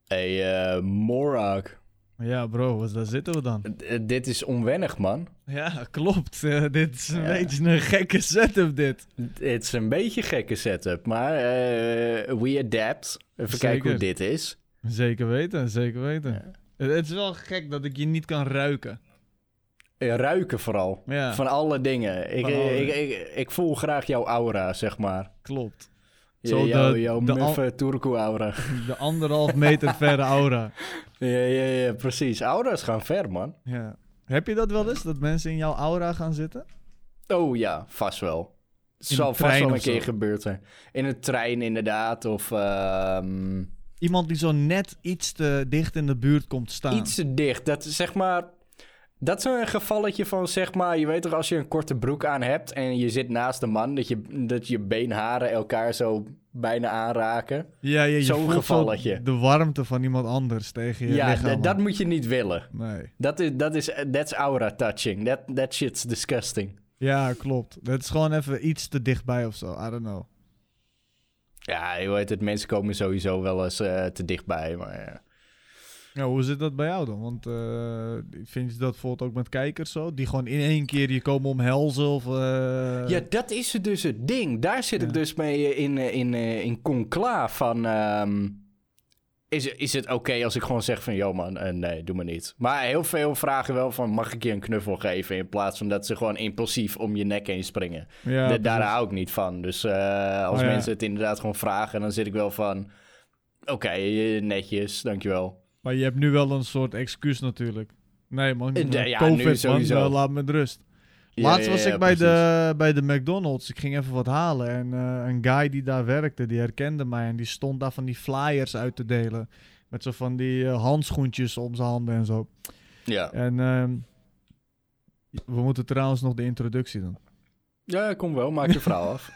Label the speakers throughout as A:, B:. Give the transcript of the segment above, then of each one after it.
A: Morak.
B: Ja, bro, daar zitten we dan.
A: Dit is onwennig, man.
B: Ja, klopt. Dit is een beetje een gekke setup, dit.
A: Het is een beetje een gekke setup, maar we adapt. Even kijken hoe dit is.
B: Zeker weten, zeker weten. Ja. Het is wel gek dat ik je niet kan ruiken.
A: Ruiken vooral.
B: Ja.
A: Van alle dingen. Ik voel graag jouw aura, zeg maar.
B: Klopt.
A: Jouw muffe Turku-aura.
B: De 1,5 meter verre aura.
A: Ja, precies. Aura's gaan ver, man.
B: Ja. Heb je dat wel eens, dat mensen in jouw aura gaan zitten?
A: Oh ja, vast wel. Het zal vast wel een keer gebeurd zijn. In een trein inderdaad, of...
B: Iemand die zo net iets te dicht in de buurt komt staan.
A: Iets te dicht. Dat is zeg maar... Dat is een gevalletje van, zeg maar... Je weet toch, als je een korte broek aan hebt... en je zit naast de man... dat je beenharen elkaar zo bijna aanraken.
B: Ja,
A: zo'n gevalletje.
B: De warmte van iemand anders tegen je lichaam.
A: Ja, dat moet je niet willen.
B: Nee.
A: That's aura touching. That shit's disgusting.
B: Ja, klopt. Dat is gewoon even iets te dichtbij of zo. I don't know.
A: Ja, je weet het. Mensen komen sowieso wel eens te dichtbij, maar... Ja.
B: Ja, hoe zit dat bij jou dan? Want vind je dat bijvoorbeeld ook met kijkers zo? Die gewoon in één keer je komen omhelzen of...
A: Ja, dat is dus het ding. Daar zit ik dus mee in conclaaf van... Is het oké als ik gewoon zeg van... Yo man, nee, doe maar niet. Maar heel veel vragen wel van... Mag ik je een knuffel geven? In plaats van dat ze gewoon impulsief om je nek heen springen.
B: Ja,
A: daar hou ik niet van. Dus als mensen het inderdaad gewoon vragen... Dan zit ik wel van... Oké, netjes, dankjewel.
B: Maar je hebt nu wel een soort excuus natuurlijk. Nee man,
A: COVID nu sowieso.
B: Man, laat me met rust. Laatst was ik bij de McDonald's. Ik ging even wat halen. En een guy die daar werkte, die herkende mij. En die stond daar van die flyers uit te delen. Met zo van die handschoentjes om zijn handen en zo.
A: Ja.
B: En we moeten trouwens nog de introductie doen.
A: Ja, kom wel. Maak je verhaal af.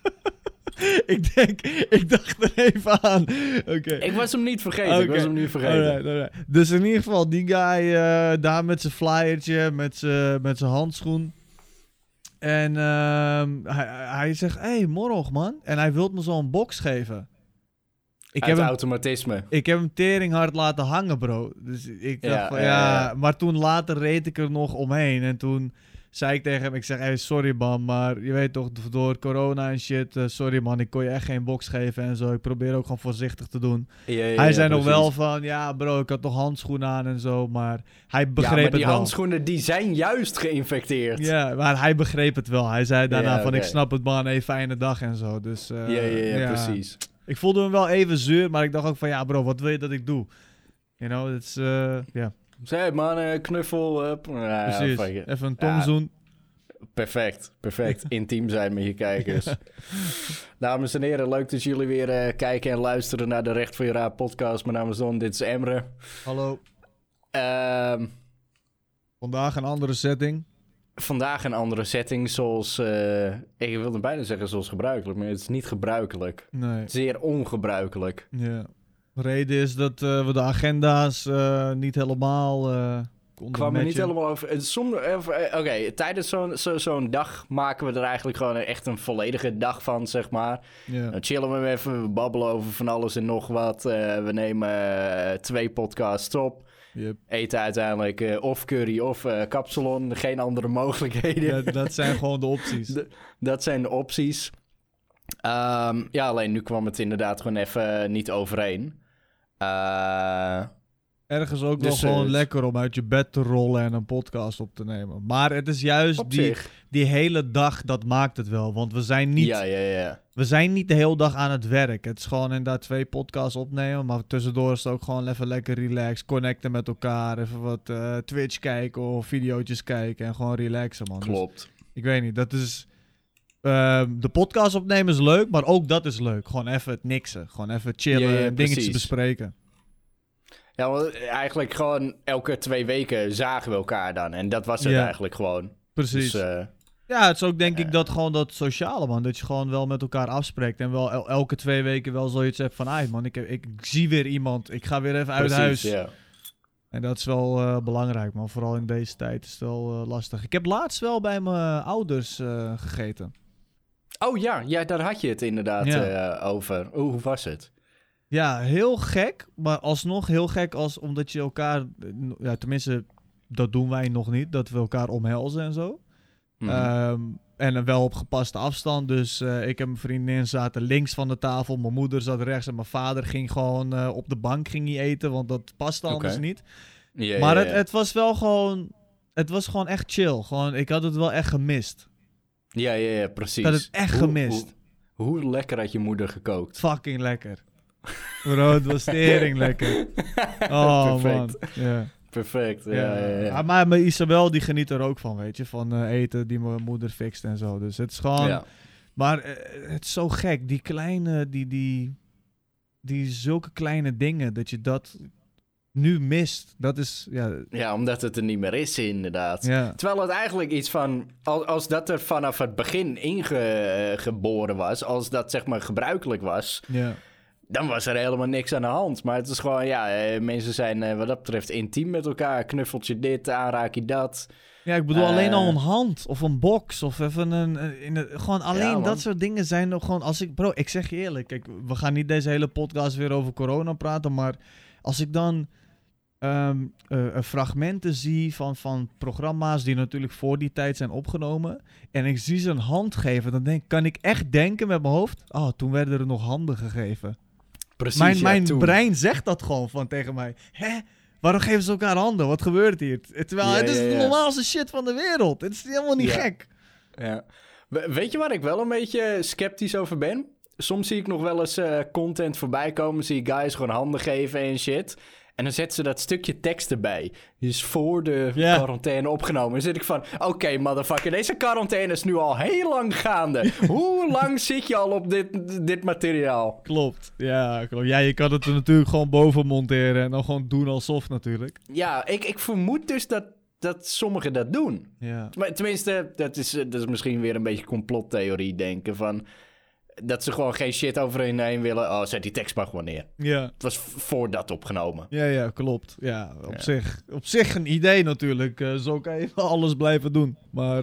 B: Ik dacht er even aan. Okay.
A: Ik was hem niet vergeten.
B: Alright. Dus in ieder geval, die guy daar met zijn flyertje, met zijn handschoen. En hij zegt, hey, morgen man. En hij wil me zo'n box geven.
A: Automatisme.
B: Ik heb hem teringhard laten hangen, bro. Dus ik dacht van maar toen later reed ik er nog omheen. En toen... zei ik tegen hem, ik zeg, hey, sorry man, maar je weet toch, door corona en shit, sorry man, ik kon je echt geen box geven en zo. Ik probeer ook gewoon voorzichtig te doen. Hij zei nog wel van, ja bro, ik had toch handschoenen aan en zo, maar hij begreep het wel. Ja, maar
A: die handschoenen, die zijn juist geïnfecteerd.
B: Ja, maar hij begreep het wel. Hij zei daarna van, ik snap het man, een fijne dag en zo. Dus,
A: precies.
B: Ik voelde hem wel even zuur, maar ik dacht ook van, ja bro, wat wil je dat ik doe? You know, het is,
A: Zeg man, knuffel.
B: Precies, even een tongzoen.
A: Perfect. Intiem zijn met je kijkers. Dames en heren, leuk dat jullie weer kijken en luisteren naar de Recht voor je Raad podcast. Mijn naam is Don, dit is Emre.
B: Hallo. Vandaag een andere setting. Zoals, ik wilde bijna zeggen zoals gebruikelijk, maar het is niet gebruikelijk. Nee.
A: Zeer ongebruikelijk.
B: Ja. De reden is dat we de agenda's niet helemaal
A: kwamen niet helemaal over. Oké, tijdens zo'n dag maken we er eigenlijk gewoon echt een volledige dag van, zeg maar.
B: Yeah.
A: Dan chillen we even, we babbelen over van alles en nog wat. We nemen 2 podcasts op.
B: Yep.
A: Eten uiteindelijk of curry of kapsalon. Geen andere mogelijkheden.
B: Dat zijn gewoon de opties.
A: Dat zijn de opties. Alleen nu kwam het inderdaad gewoon even niet overeen.
B: Ergens ook wel gewoon lekker om uit je bed te rollen en een podcast op te nemen. Maar het is juist die hele dag, dat maakt het wel. Want we zijn niet... We zijn niet de hele dag aan het werk. Het is gewoon inderdaad 2 podcasts opnemen. Maar tussendoor is het ook gewoon even lekker relaxed. Connecten met elkaar. Even wat Twitch kijken of videootjes kijken. En gewoon relaxen, man.
A: Klopt.
B: Dus, ik weet niet, dat is... de podcast opnemen is leuk, maar ook dat is leuk. Gewoon even het niksen. Gewoon even chillen en dingetjes bespreken.
A: Ja, want eigenlijk gewoon elke 2 weken zagen we elkaar dan. En dat was het eigenlijk gewoon.
B: Precies.
A: Dus,
B: ja, het is ook denk ik dat gewoon dat sociale, man. Dat je gewoon wel met elkaar afspreekt. En wel elke 2 weken wel zoiets hebt van... man, ik zie weer iemand. Ik ga weer even uit huis. Ja. En dat is wel belangrijk, man. Vooral in deze tijd is het wel lastig. Ik heb laatst wel bij mijn ouders gegeten.
A: Oh ja, daar had je het inderdaad over. Hoe was het?
B: Ja, heel gek. Maar alsnog heel gek omdat je elkaar... Ja, tenminste, dat doen wij nog niet. Dat we elkaar omhelzen en zo. Mm-hmm. En wel op gepaste afstand. Dus ik en mijn vriendin zaten links van de tafel. Mijn moeder zat rechts en mijn vader ging gewoon op de bank ging niet eten. Want dat paste anders niet. Yeah, maar het was wel gewoon... Het was gewoon echt chill. Gewoon, ik had het wel echt gemist.
A: Ja, precies.
B: Ik had het echt gemist.
A: Hoe lekker had je moeder gekookt?
B: Fucking lekker. Bro, het was tering lekker. Oh,
A: perfect.
B: Man. Yeah.
A: Perfect, ja.
B: Maar mijn Isabel, die geniet er ook van, weet je. Van eten die mijn moeder fixt en zo. Dus het is gewoon... Ja. Maar het is zo gek. Die kleine... Die zulke kleine dingen, dat je dat... nu mist. Dat is...
A: Ja, omdat het er niet meer is, inderdaad. Ja. Terwijl het eigenlijk iets van... Als dat er vanaf het begin ingeboren was... Als dat, zeg maar, gebruikelijk was...
B: Ja.
A: Dan was er helemaal niks aan de hand. Maar het is gewoon... mensen zijn wat dat betreft intiem met elkaar. Knuffeltje dit, aanraakje dat.
B: Ja, ik bedoel alleen al een hand of een box of even gewoon alleen dat soort dingen zijn nog gewoon... Bro, ik zeg je eerlijk. Kijk, we gaan niet deze hele podcast weer over corona praten, maar als ik dan... fragmenten zie van programma's die natuurlijk voor die tijd zijn opgenomen. En ik zie ze een hand geven. Dan kan ik echt denken met mijn hoofd... Oh, toen werden er nog handen gegeven.
A: Precies,
B: mijn brein zegt dat gewoon tegen mij. Hè? Waarom geven ze elkaar handen? Wat gebeurt hier? Terwijl het is de normaalste shit van de wereld. Het is helemaal niet gek.
A: Ja. Weet je waar ik wel een beetje sceptisch over ben? Soms zie ik nog wel eens content voorbij komen. Zie ik guys gewoon handen geven en shit... En dan zetten ze dat stukje tekst erbij. Die is voor de quarantaine opgenomen. Dan zit ik van... Oké, motherfucker, deze quarantaine is nu al heel lang gaande. Hoe lang zit je al op dit materiaal?
B: Klopt. Ja, klopt. Ja, je kan het er natuurlijk gewoon boven monteren. En dan gewoon doen alsof natuurlijk.
A: Ja, ik vermoed dus dat sommigen dat doen.
B: Ja.
A: Maar tenminste, dat is misschien weer een beetje complottheorie denken van... Dat ze gewoon geen shit overheen heen willen. Oh, zet die tekst maar gewoon neer.
B: Ja.
A: Het was voor dat opgenomen.
B: Ja, klopt. Ja, op zich een idee natuurlijk. Zo kan je alles blijven doen. Maar,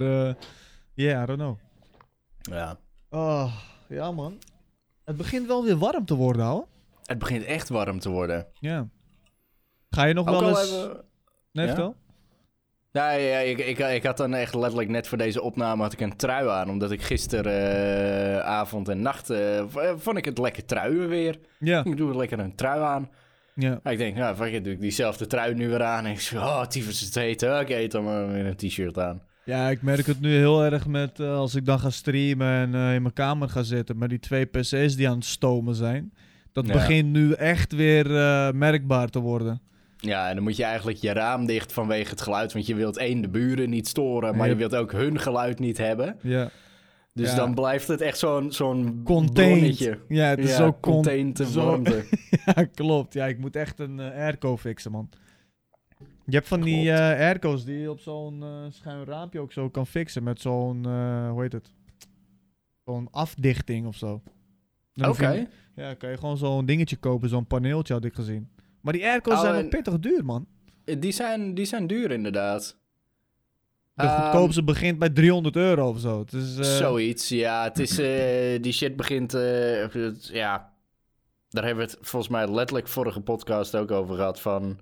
B: I don't know.
A: Ja.
B: Oh, ja, man. Het begint wel weer warm te worden, ouwe.
A: Het begint echt warm te worden.
B: Ja. Ga je nog wel eens... Nee, vertel.
A: Ja, ik had dan echt letterlijk net voor deze opname had ik een trui aan. Omdat ik gisteren avond en nacht vond ik het lekker truien weer.
B: Ja.
A: Ik doe lekker een trui aan.
B: Ja.
A: Ik denk, nou, fuck it, doe ik diezelfde trui nu weer aan. En ik zeg, tyfus is het heet. Oké, dan maar weer een t-shirt aan.
B: Ja, ik merk het nu heel erg met als ik dan ga streamen en in mijn kamer ga zitten. Met die 2 PC's die aan het stomen zijn. Dat begint nu echt weer merkbaar te worden.
A: Ja, en dan moet je eigenlijk je raam dicht vanwege het geluid. Want je wilt de buren niet storen, maar je wilt ook hun geluid niet hebben.
B: Ja.
A: Dus dan blijft het echt zo'n
B: bronnetje. Ja, het is zo
A: contained warmte.
B: Ja, klopt. Ja, ik moet echt een airco fixen, man. Je hebt van die airco's die je op zo'n schuin raampje ook zo kan fixen. Met zo'n, hoe heet het? Zo'n afdichting of zo.
A: Oké.
B: Ja, kan je gewoon zo'n dingetje kopen. Zo'n paneeltje had ik gezien. Maar die airco's zijn wel pittig duur, man.
A: Die zijn duur, inderdaad.
B: De goedkoopste begint bij €300 of zo. Het is,
A: Zoiets, ja. Het is, die shit begint... ja, daar hebben we het volgens mij letterlijk vorige podcast ook over gehad. Van,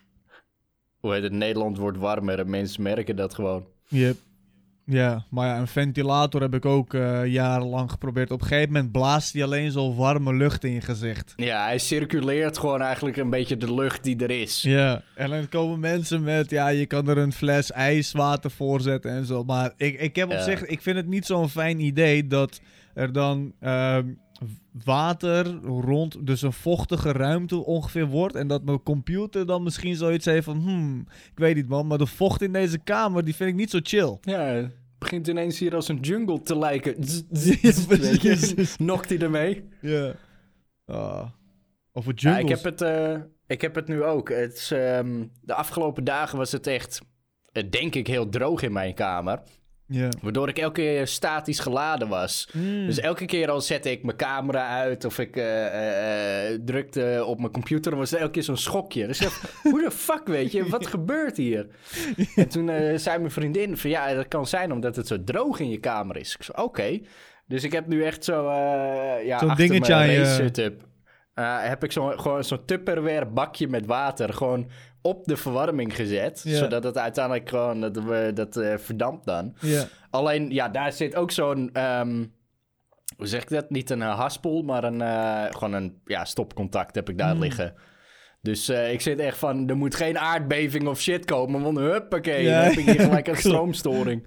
A: hoe heet het? Nederland wordt warmer en mensen merken dat gewoon.
B: Yep. Ja, maar ja, een ventilator heb ik ook jarenlang geprobeerd. Op een gegeven moment blaast hij alleen zo warme lucht in je gezicht.
A: Ja, hij circuleert gewoon eigenlijk een beetje de lucht die er is.
B: Ja, en dan komen mensen met, je kan er een fles ijswater voor zetten en zo. Maar ik heb op zich, ik vind het niet zo'n fijn idee dat er dan water rond, dus een vochtige ruimte ongeveer wordt. En dat mijn computer dan misschien zoiets heeft van, ik weet niet man, maar de vocht in deze kamer, die vind ik niet zo chill.
A: Ja, het begint ineens hier als een jungle te lijken. Nokt hij ermee?
B: Ja. Over jungles.
A: Ja, ik heb het nu ook. Het is, de afgelopen dagen was het echt, denk ik, heel droog in mijn kamer.
B: Yeah.
A: Waardoor ik elke keer statisch geladen was. Dus elke keer al zette ik mijn camera uit of ik drukte op mijn computer, dan was er elke keer zo'n schokje. Dus ik dacht, hoe de fuck, weet je, wat gebeurt hier? En toen zei mijn vriendin van dat kan zijn omdat het zo droog in je kamer is. Ik zei, oké. Dus ik heb nu echt zo
B: zo'n dingetje aan je
A: setup. heb ik gewoon zo'n Tupperware bakje met water gewoon op de verwarming gezet. Yeah. Zodat het uiteindelijk gewoon, dat verdampt dan. Yeah. Alleen, ja, daar zit ook zo'n, hoe zeg ik dat? Niet een haspel, maar gewoon een stopcontact heb ik daar liggen. Dus ik zit echt van, er moet geen aardbeving of shit komen, want huppakee, dan heb ik hier gelijk een stroomstoring.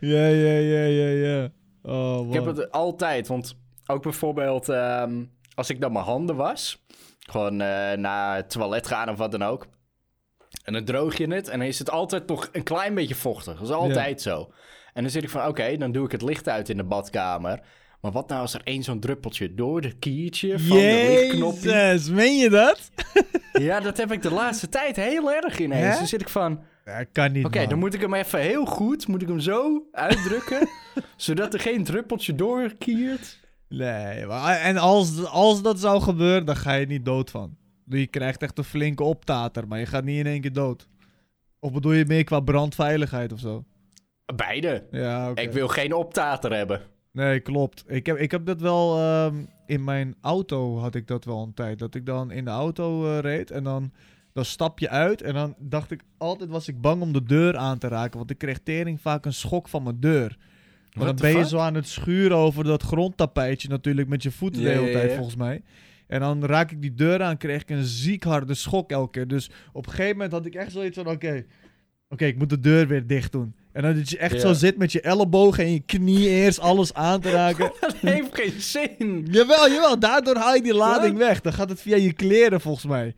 B: Ja. Oh,
A: ik heb het altijd, want ook bijvoorbeeld als ik dan mijn handen was, gewoon naar het toilet gaan of wat dan ook, en dan droog je het en dan is het altijd nog een klein beetje vochtig. Dat is altijd zo. En dan zit ik van, oké, dan doe ik het licht uit in de badkamer. Maar wat nou als er één zo'n druppeltje door de kiertje van de lichtknopje...
B: Jezus, meen je dat?
A: Ja, dat heb ik de laatste tijd heel erg ineens.
B: Hè?
A: Dan zit ik van...
B: Ja, kan niet,
A: Oké, dan moet ik hem even heel goed... Moet ik hem zo uitdrukken... zodat er geen druppeltje doorkiert.
B: Nee, maar, en als dat zou gebeuren... dan ga je niet dood van. Je krijgt echt een flinke optater... maar je gaat niet in één keer dood. Of bedoel je meer qua brandveiligheid of zo?
A: Beide.
B: Ja, okay.
A: Ik wil geen optater hebben.
B: Nee, klopt. Ik heb dat wel... in mijn auto had ik dat wel een tijd. Dat ik dan in de auto reed en dan stap je uit. En dan dacht ik... Altijd was ik bang om de deur aan te raken. Want ik kreeg tering vaak een schok van mijn deur. Maar dan ben je zo aan het schuren over dat grondtapijtje natuurlijk. Met je voeten de hele tijd volgens mij. En dan raak ik die deur aan, kreeg ik een ziek harde schok elke keer. Dus op een gegeven moment had ik echt zoiets van... Oké, ik moet de deur weer dicht doen. En dan dat je echt zo zit met je ellebogen en je knie eerst alles aan te raken.
A: Dat heeft geen zin.
B: Jawel. Daardoor haal je die lading weg. Dan gaat het via je kleren volgens mij.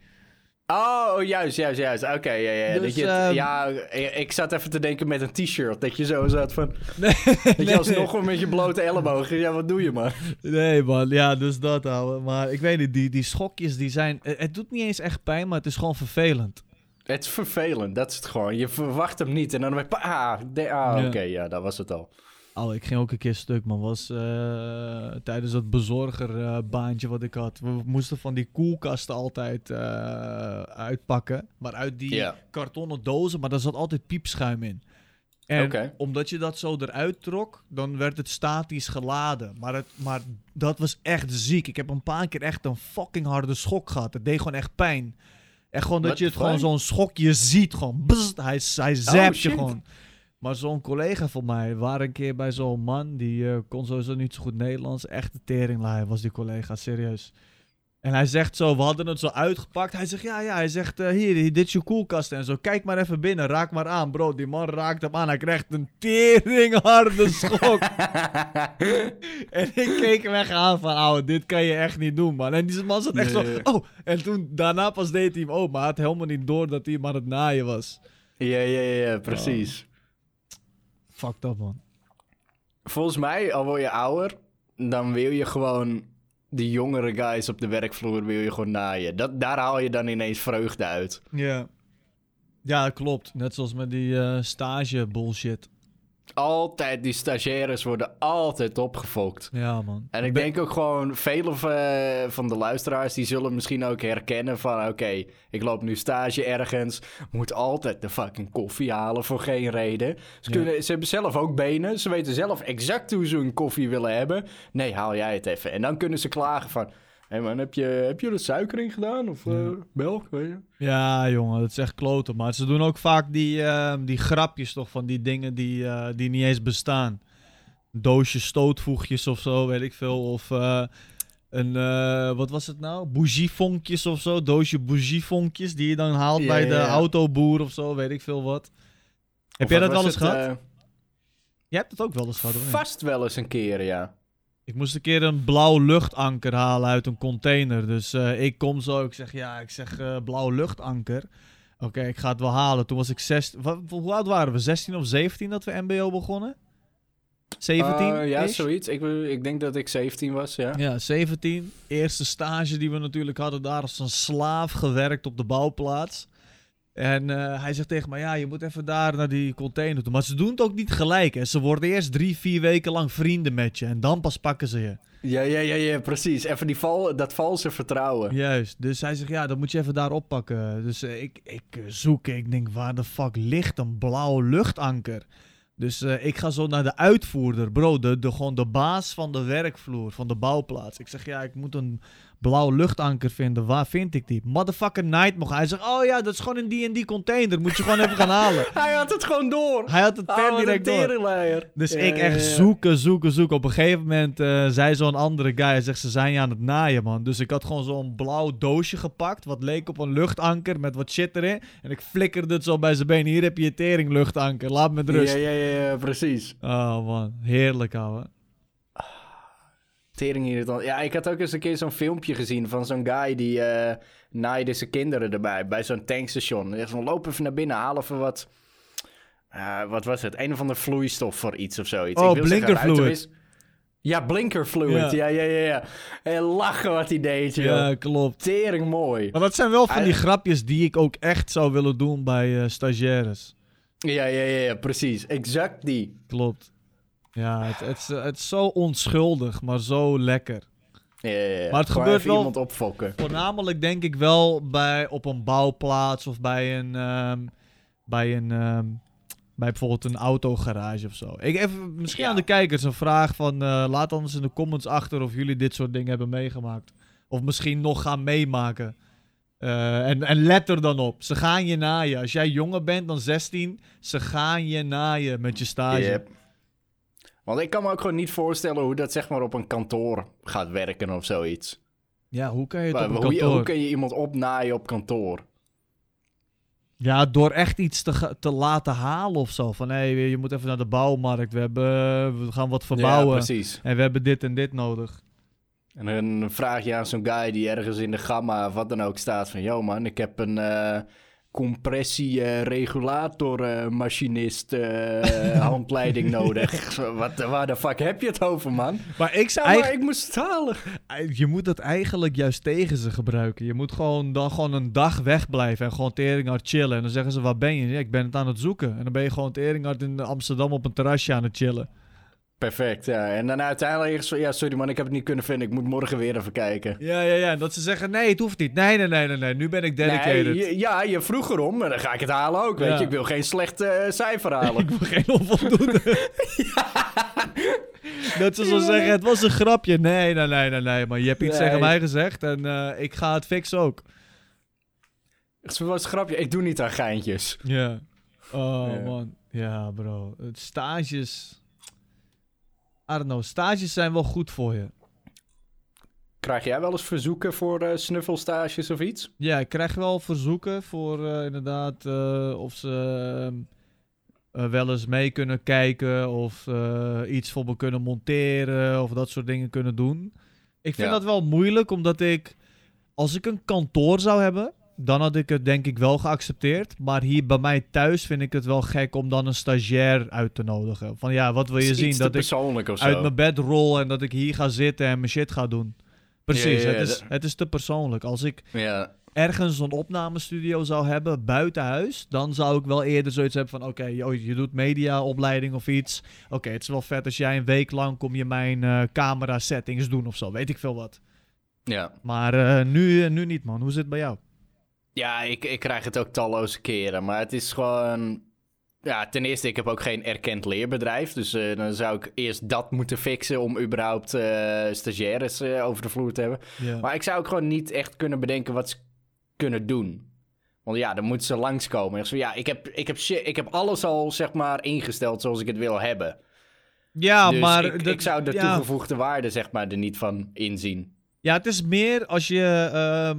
A: Oh, juist. Oké, ja. Dus, ik zat even te denken met een t-shirt. Dat je zo zat van... dat je alsnog gewoon met je blote ellebogen... Ja, wat doe je, man?
B: Nee, man. Ja, dus dat, ouwe. Maar ik weet niet, die schokjes, die zijn... Het doet niet eens echt pijn, maar het is gewoon vervelend.
A: Het is vervelend, dat is het gewoon. Je verwacht hem niet en dan ben je... dat was het al.
B: Oh, ik ging ook een keer stuk, man. Was tijdens dat bezorgerbaantje wat ik had. We moesten van die koelkasten altijd uitpakken. Maar uit die kartonnen dozen, maar daar zat altijd piepschuim in. En omdat je dat zo eruit trok, dan werd het statisch geladen. Maar dat was echt ziek. Ik heb een paar keer echt een fucking harde schok gehad. Het deed gewoon echt pijn. En gewoon dat je het gewoon zo'n schokje ziet. Gewoon, bzzt, hij zapt je gewoon. Maar zo'n collega van mij, waren een keer bij zo'n man, die kon sowieso niet zo goed Nederlands. Echt de teringlaaien was die collega, serieus. En hij zegt zo, we hadden het zo uitgepakt. Hij zegt, hij zegt, hier, dit is je koelkast en zo. Kijk maar even binnen, raak maar aan. Bro, die man raakt hem aan. Hij krijgt een teringharde schok. En ik keek hem echt aan van, ouwe, dit kan je echt niet doen, man. En die man zat echt zo, oh. En toen, daarna pas deed hij hem open. Maar hij had helemaal niet door dat hij hem aan het naaien was.
A: Ja, precies.
B: Fucked up, man.
A: Volgens mij, al word je ouder, dan wil je gewoon... die jongere guys op de werkvloer wil je gewoon naaien. Daar haal je dan ineens vreugde uit.
B: Ja, klopt. Net zoals met die stage bullshit.
A: Altijd, die stagiaires worden altijd opgefokt.
B: Ja, man.
A: En ik denk ook gewoon, vele van de luisteraars... die zullen misschien ook herkennen van... oké, ik loop nu stage ergens... moet altijd de fucking koffie halen voor geen reden. Ze hebben zelf ook benen. Ze weten zelf exact hoe ze hun koffie willen hebben. Nee, haal jij het even. En dan kunnen ze klagen van... Hé man, heb je er suiker in gedaan? Of melk, weet je?
B: Ja, jongen, dat is echt kloten. Maar ze doen ook vaak die grapjes toch van die dingen die niet eens bestaan. Doosje stootvoegjes of zo, weet ik veel. Of wat was het nou? Bougievonkjes of zo. Doosje bougievonkjes die je dan haalt bij de autoboer of zo, weet ik veel wat. Heb jij dat wel eens gehad? Jij hebt het ook wel eens gehad, of niet?
A: Vast wel eens een keer, ja.
B: Ik moest een keer een blauw luchtanker halen uit een container. Dus ik kom zo, ik zeg blauw luchtanker. Oké, ik ga het wel halen. Toen was ik 16. Hoe oud waren we? 16 of 17 dat we MBO begonnen? 17?
A: Ja, zoiets. Ik denk dat ik 17 was, ja.
B: Ja, 17. Eerste stage die we natuurlijk hadden daar als een slaaf gewerkt op de bouwplaats. En hij zegt tegen mij, ja, je moet even daar naar die container toe. Maar ze doen het ook niet gelijk. Hè. Ze worden eerst 3-4 weken lang vrienden met je. En dan pas pakken ze je.
A: Ja, precies. Even dat valse vertrouwen.
B: Juist. Dus hij zegt, ja, dat moet je even daar oppakken. Dus ik zoek. Ik denk, waar de fuck ligt een blauw luchtanker? Dus ik ga zo naar de uitvoerder. Bro, gewoon de baas van de werkvloer, van de bouwplaats. Ik zeg, ja, ik moet een blauw luchtanker vinden. Waar vind ik die? Motherfucker Nightmare. Hij zegt, oh ja, dat is gewoon in die container. Moet je gewoon even gaan halen.
A: Hij had het gewoon door.
B: Hij had het per direct door. Dus ik echt zoeken. Op een gegeven moment zei zo'n andere guy, hij zegt, ze zijn je aan het naaien, man. Dus ik had gewoon zo'n blauw doosje gepakt, wat leek op een luchtanker met wat shit erin. En ik flikkerde het zo bij zijn been. Hier heb je tering luchtanker. Laat me met rust.
A: Ja, precies.
B: Oh man, heerlijk, ouwe.
A: Tering irritant. Ja, ik had ook eens een keer zo'n filmpje gezien van zo'n guy die naaide zijn kinderen erbij bij zo'n tankstation. En van, loop even naar binnen, haal even wat... wat was het? Een of andere vloeistof voor iets of zoiets.
B: Oh, blinkerfluid.
A: Ja, blinkerfluid. Ja. En lachen wat hij deed, joh.
B: Ja, klopt.
A: Tering mooi.
B: Maar dat zijn wel van die grapjes die ik ook echt zou willen doen bij stagiaires.
A: Ja, precies. Exact die.
B: Klopt. Ja, het is zo onschuldig, maar zo lekker.
A: Ja.
B: Maar het gebeurt wel
A: iemand opfokken.
B: Voornamelijk denk ik wel op een bouwplaats of bij bijvoorbeeld een autogarage of zo. Ik even misschien aan de kijkers een vraag van... laat anders in de comments achter of jullie dit soort dingen hebben meegemaakt. Of misschien nog gaan meemaken. En let er dan op. Ze gaan je naaien. Als jij jonger bent dan 16, ze gaan je naaien met je stage.
A: Yep. Want ik kan me ook gewoon niet voorstellen hoe dat zeg maar op een kantoor gaat werken of zoiets.
B: Ja, hoe kan je het op een kantoor...
A: Hoe kun je iemand opnaaien op kantoor?
B: Ja, door echt iets te laten halen of zo. Van, hé, je moet even naar de bouwmarkt. We gaan wat verbouwen.
A: Ja, precies.
B: En we hebben dit en dit nodig.
A: En dan vraag je aan zo'n guy die ergens in de gamma of wat dan ook staat van... Yo man, ik heb een compressieregulatormachinist handleiding nodig. Waar de fuck heb je het over, man?
B: Maar ik moest het halen. Je moet dat eigenlijk juist tegen ze gebruiken. Je moet gewoon een dag wegblijven en gewoon teringhard chillen. En dan zeggen ze, waar ben je? Ja, ik ben het aan het zoeken. En dan ben je gewoon teringhard in Amsterdam op een terrasje aan het chillen.
A: Perfect, ja. En dan uiteindelijk... Ja, sorry man, ik heb het niet kunnen vinden. Ik moet morgen weer even kijken.
B: Ja. En dat ze zeggen, nee, het hoeft niet. Nee. Nu ben ik dedicated.
A: Nee, je vroeg erom. Maar dan ga ik het halen ook, weet je. Ik wil geen slecht cijfer halen.
B: Ik wil geen onvoldoende. Dat ze zo zeggen, het was een grapje. Nee. Maar je hebt iets tegen mij gezegd. En ik ga het fixen ook.
A: Het was een grapje. Ik doe niet aan geintjes.
B: Ja. Oh, man. Ja, bro. Stages... I don't know, stages zijn wel goed voor je.
A: Krijg jij wel eens verzoeken voor snuffelstages of iets?
B: Ja, ik krijg wel verzoeken voor inderdaad of ze wel eens mee kunnen kijken of iets voor me kunnen monteren of dat soort dingen kunnen doen. Ik vind dat wel moeilijk, omdat als ik een kantoor zou hebben, dan had ik het denk ik wel geaccepteerd. Maar hier bij mij thuis vind ik het wel gek om dan een stagiair uit te nodigen. Van ja, wat wil je zien? Dat ik uit mijn bed rol en dat ik hier ga zitten en mijn shit ga doen. Precies, het is te persoonlijk. Als ik ergens een opnamestudio zou hebben buiten huis, dan zou ik wel eerder zoiets hebben van oké, je doet mediaopleiding of iets. Oké, het is wel vet als jij een week lang kom je mijn camera settings doen of zo. Weet ik veel wat.
A: Ja.
B: Maar nu niet, man. Hoe zit het bij jou?
A: Ja, ik krijg het ook talloze keren. Maar het is gewoon... Ja, ten eerste, ik heb ook geen erkend leerbedrijf. Dus dan zou ik eerst dat moeten fixen om überhaupt stagiaires over de vloer te hebben. Yeah. Maar ik zou ook gewoon niet echt kunnen bedenken wat ze kunnen doen. Want ja, dan moeten ze langskomen. En zo, ja, ik heb alles al, zeg maar, ingesteld zoals ik het wil hebben.
B: Ja,
A: dus
B: maar...
A: ik zou de toegevoegde waarde, zeg maar, er niet van inzien.
B: Ja, het is meer als je...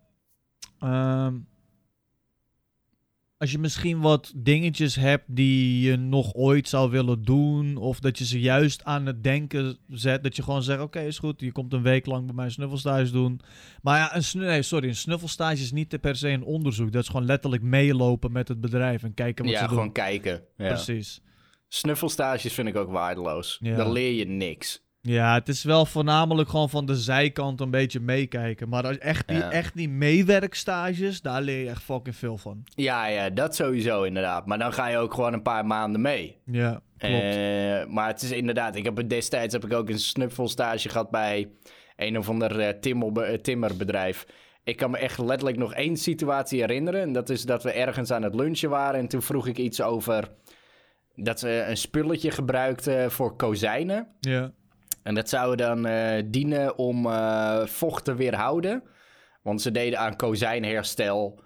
B: als je misschien wat dingetjes hebt die je nog ooit zou willen doen, of dat je ze juist aan het denken zet, dat je gewoon zegt, oké, is goed, je komt een week lang bij mij een snuffelstage doen. Maar ja, een snuffelstage is niet per se een onderzoek. Dat is gewoon letterlijk meelopen met het bedrijf en kijken wat ze doen.
A: Ja, gewoon kijken. Ja.
B: Precies.
A: Snuffelstages vind ik ook waardeloos. Ja. Dan leer je niks.
B: Ja, het is wel voornamelijk gewoon van de zijkant een beetje meekijken. Maar echt die meewerkstages, daar leer je echt fucking veel van.
A: Ja, dat sowieso inderdaad. Maar dan ga je ook gewoon een paar maanden mee.
B: Ja, klopt.
A: Maar het is inderdaad... Destijds heb ik ook een snuffelstage gehad bij een of ander timmerbedrijf. Ik kan me echt letterlijk nog één situatie herinneren. En dat is dat we ergens aan het lunchen waren. En toen vroeg ik iets over dat ze een spulletje gebruikten voor kozijnen.
B: Ja.
A: En dat zou dan dienen om vocht te weerhouden. Want ze deden aan kozijnherstel.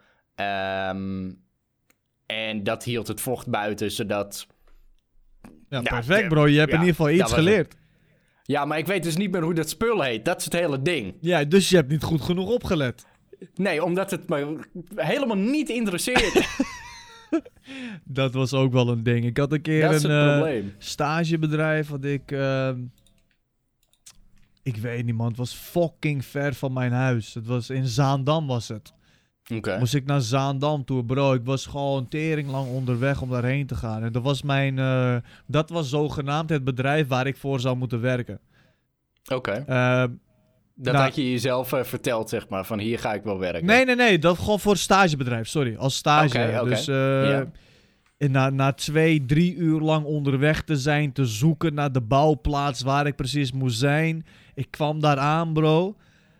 A: En dat hield het vocht buiten, zodat...
B: Ja, perfect bro. Je hebt in ieder geval iets geleerd.
A: Ja, maar ik weet dus niet meer hoe dat spul heet. Dat is het hele ding.
B: Ja, dus je hebt niet goed genoeg opgelet.
A: Nee, omdat het me helemaal niet interesseert.
B: Dat was ook wel een ding. Ik had een keer een stagebedrijf wat ik weet niet man, het was fucking ver van mijn huis. Het was in Zaandam was het.
A: Okay.
B: Moest ik naar Zaandam toe, bro. Ik was gewoon tering lang onderweg om daarheen te gaan. En dat was zogenaamd het bedrijf waar ik voor zou moeten werken.
A: Oké. Dat had je jezelf verteld, zeg maar, van hier ga ik wel werken.
B: Nee, dat gewoon voor stagebedrijf, sorry. Als stage.
A: Okay.
B: Dus na 2-3 uur lang onderweg te zijn, te zoeken naar de bouwplaats waar ik precies moest zijn. Ik kwam daar aan, bro.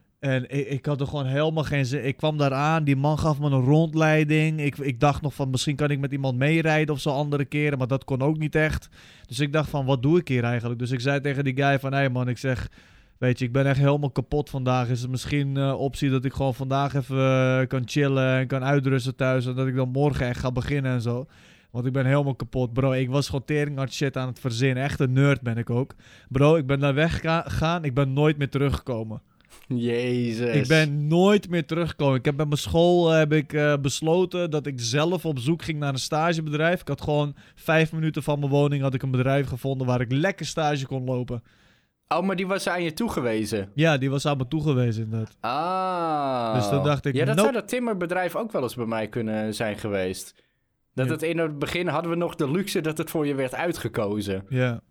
B: En ik had er gewoon helemaal geen zin. Ik kwam daar aan, die man gaf me een rondleiding. Ik dacht nog van, misschien kan ik met iemand meerijden of zo andere keren. Maar dat kon ook niet echt. Dus ik dacht van, wat doe ik hier eigenlijk? Dus ik zei tegen die guy van, hey man, ik zeg... Weet je, ik ben echt helemaal kapot vandaag. Is het misschien optie dat ik gewoon vandaag even kan chillen en kan uitrusten thuis. En dat ik dan morgen echt ga beginnen en zo. Want ik ben helemaal kapot, bro. Ik was gewoon teringhard shit aan het verzinnen. Echt een nerd ben ik ook. Bro, ik ben daar weggegaan. Ik ben nooit meer teruggekomen.
A: Jezus.
B: Ik ben nooit meer teruggekomen. Ik heb bij mijn school besloten dat ik zelf op zoek ging naar een stagebedrijf. Ik had gewoon 5 minuten van mijn woning had ik een bedrijf gevonden waar ik lekker stage kon lopen.
A: Oh, maar die was aan je toegewezen?
B: Ja, die was aan me toegewezen inderdaad.
A: Ah.
B: Dus toen dacht ik...
A: Ja, dat zou dat timmerbedrijf ook wel eens bij mij kunnen zijn geweest. Het in het begin hadden we nog de luxe dat het voor je werd uitgekozen.
B: Ja.